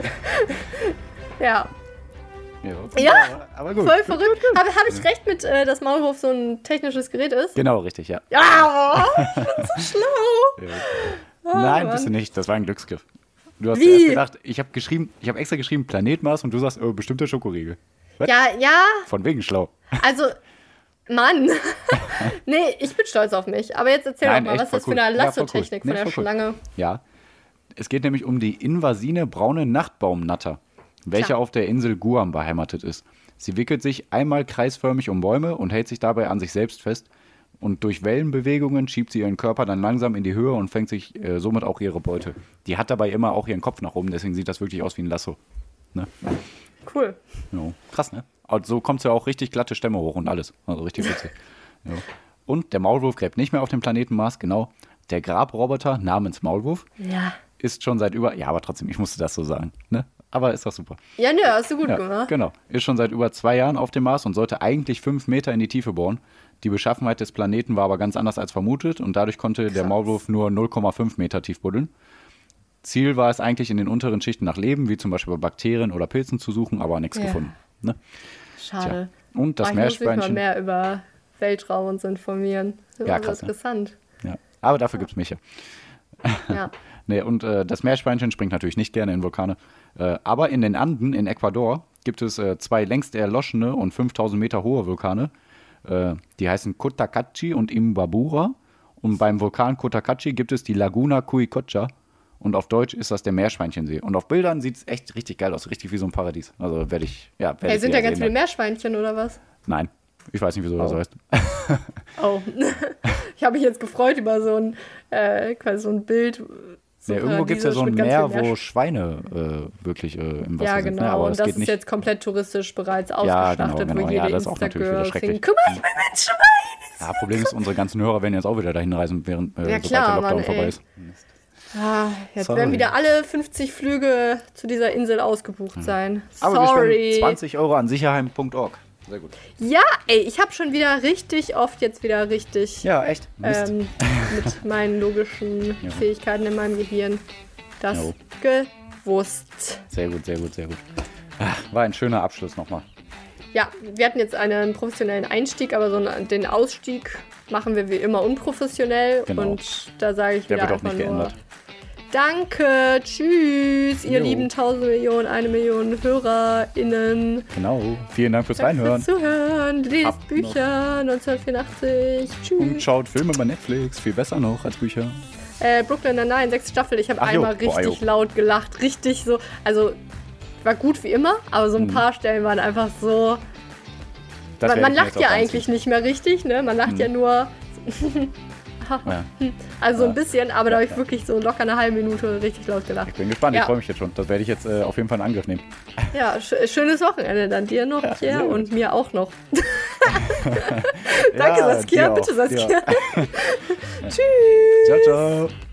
Ja. Ja, okay, ja, aber gut. Voll verrückt. Habe ich recht mit, dass Maulwurf so ein technisches Gerät ist? Genau, richtig, ja. Ja, ich bin so schlau. Ja. Nein, Mann. Bist du nicht. Das war ein Glücksgriff. Du hast zuerst gedacht, ich habe extra geschrieben Planet Mars und du sagst, bestimmter Schokoriegel. Was? Ja. Von wegen schlau. Also, Mann. Nee, ich bin stolz auf mich. Aber jetzt erzähl doch mal, was ist das für eine Lasso-Technik von der Schlange? Ja, es geht nämlich um die invasine braune Nachtbaumnatter, welche auf der Insel Guam beheimatet ist. Sie wickelt sich einmal kreisförmig um Bäume und hält sich dabei an sich selbst fest. Und durch Wellenbewegungen schiebt sie ihren Körper dann langsam in die Höhe und fängt sich somit auch ihre Beute. Die hat dabei immer auch ihren Kopf nach oben, deswegen sieht das wirklich aus wie ein Lasso. Ne? Cool. Ja, krass, ne? Und so kommt sie ja auch richtig glatte Stämme hoch und alles. Also richtig witzig. Ja. Und der Maulwurf gräbt nicht mehr auf dem Planeten Mars, genau. Der Grabroboter namens Maulwurf ist schon seit ja, aber trotzdem, ich musste das so sagen, ne? Aber ist doch super. Ja, ne, hast du gut gemacht. Genau. Ist schon seit über 2 Jahren auf dem Mars und sollte eigentlich 5 Meter in die Tiefe bohren. Die Beschaffenheit des Planeten war aber ganz anders als vermutet und dadurch konnte der Maulwurf nur 0,5 Meter tief buddeln. Ziel war es eigentlich, in den unteren Schichten nach Leben, wie zum Beispiel bei Bakterien oder Pilzen zu suchen, aber nichts gefunden. Ne? Schade. Tja. Und das Meerschweinchen. Ich muss mich mal mehr über Weltraum uns informieren. Das ist krass, interessant. Ja. Aber dafür gibt es mich ja. Ja. Nee, und das Meerschweinchen springt natürlich nicht gerne in Vulkane. Aber in den Anden in Ecuador gibt es 2 längst erloschene und 5000 Meter hohe Vulkane. Die heißen Cotacachi und Imbabura. Und beim Vulkan Cotacachi gibt es die Laguna Cuicocha. Und auf Deutsch ist das der Meerschweinchensee. Und auf Bildern sieht es echt richtig geil aus. Richtig wie so ein Paradies. Also werde ich, hey, sind da ganz viele Meerschweinchen oder was? Nein. Ich weiß nicht, wieso das so heißt. Oh. Ich habe mich jetzt gefreut über so ein Bild. So irgendwo gibt es ja so ein Meer, wo Schweine wirklich im Wasser sind. Ja, genau. Ne? Aber und das ist jetzt komplett touristisch bereits ausgestattet, genau. wo jede das ist auch natürlich wieder schrecklich. Guck mal, ich bin ein Schwein! Ja, Problem ist, unsere ganzen Hörer werden jetzt auch wieder dahin reisen, während sobald der Lockdown vorbei ist. Jetzt werden wieder alle 50 Flüge zu dieser Insel ausgebucht sein. Aber wir spenden 20 € an sicherheim.org. Sehr gut. Ja, ey, ich habe schon wieder richtig oft Ja, echt? Mit meinen logischen Fähigkeiten in meinem Gehirn das gewusst. Sehr gut, sehr gut, sehr gut. War ein schöner Abschluss nochmal. Ja, wir hatten jetzt einen professionellen Einstieg, aber den Ausstieg machen wir wie immer unprofessionell. Genau. Und da sage ich wieder einfach nur... Geändert. Danke, tschüss, ihr lieben 1000 Millionen, 1 Million HörerInnen. Genau, vielen Dank fürs Reinhören. Fürs Zuhören, lest Bücher, 1984, tschüss. Und schaut Filme bei Netflix, viel besser noch als Bücher. Brooklyn Nine-Nine, 6. Staffel, ich habe einmal richtig laut gelacht, richtig so, also war gut wie immer, aber so ein paar Stellen waren einfach so, man lacht ja eigentlich nicht mehr richtig, ne, man lacht ja nur... Also ein bisschen, aber da habe ich wirklich so locker eine halbe Minute richtig laut gelacht. Ich bin gespannt, ich freue mich jetzt schon. Das werde ich jetzt auf jeden Fall in Angriff nehmen. Ja, schönes Wochenende dann dir noch, Pierre, und mir auch noch. Danke, Saskia. Bitte, Saskia. Tschüss. Ciao, ciao.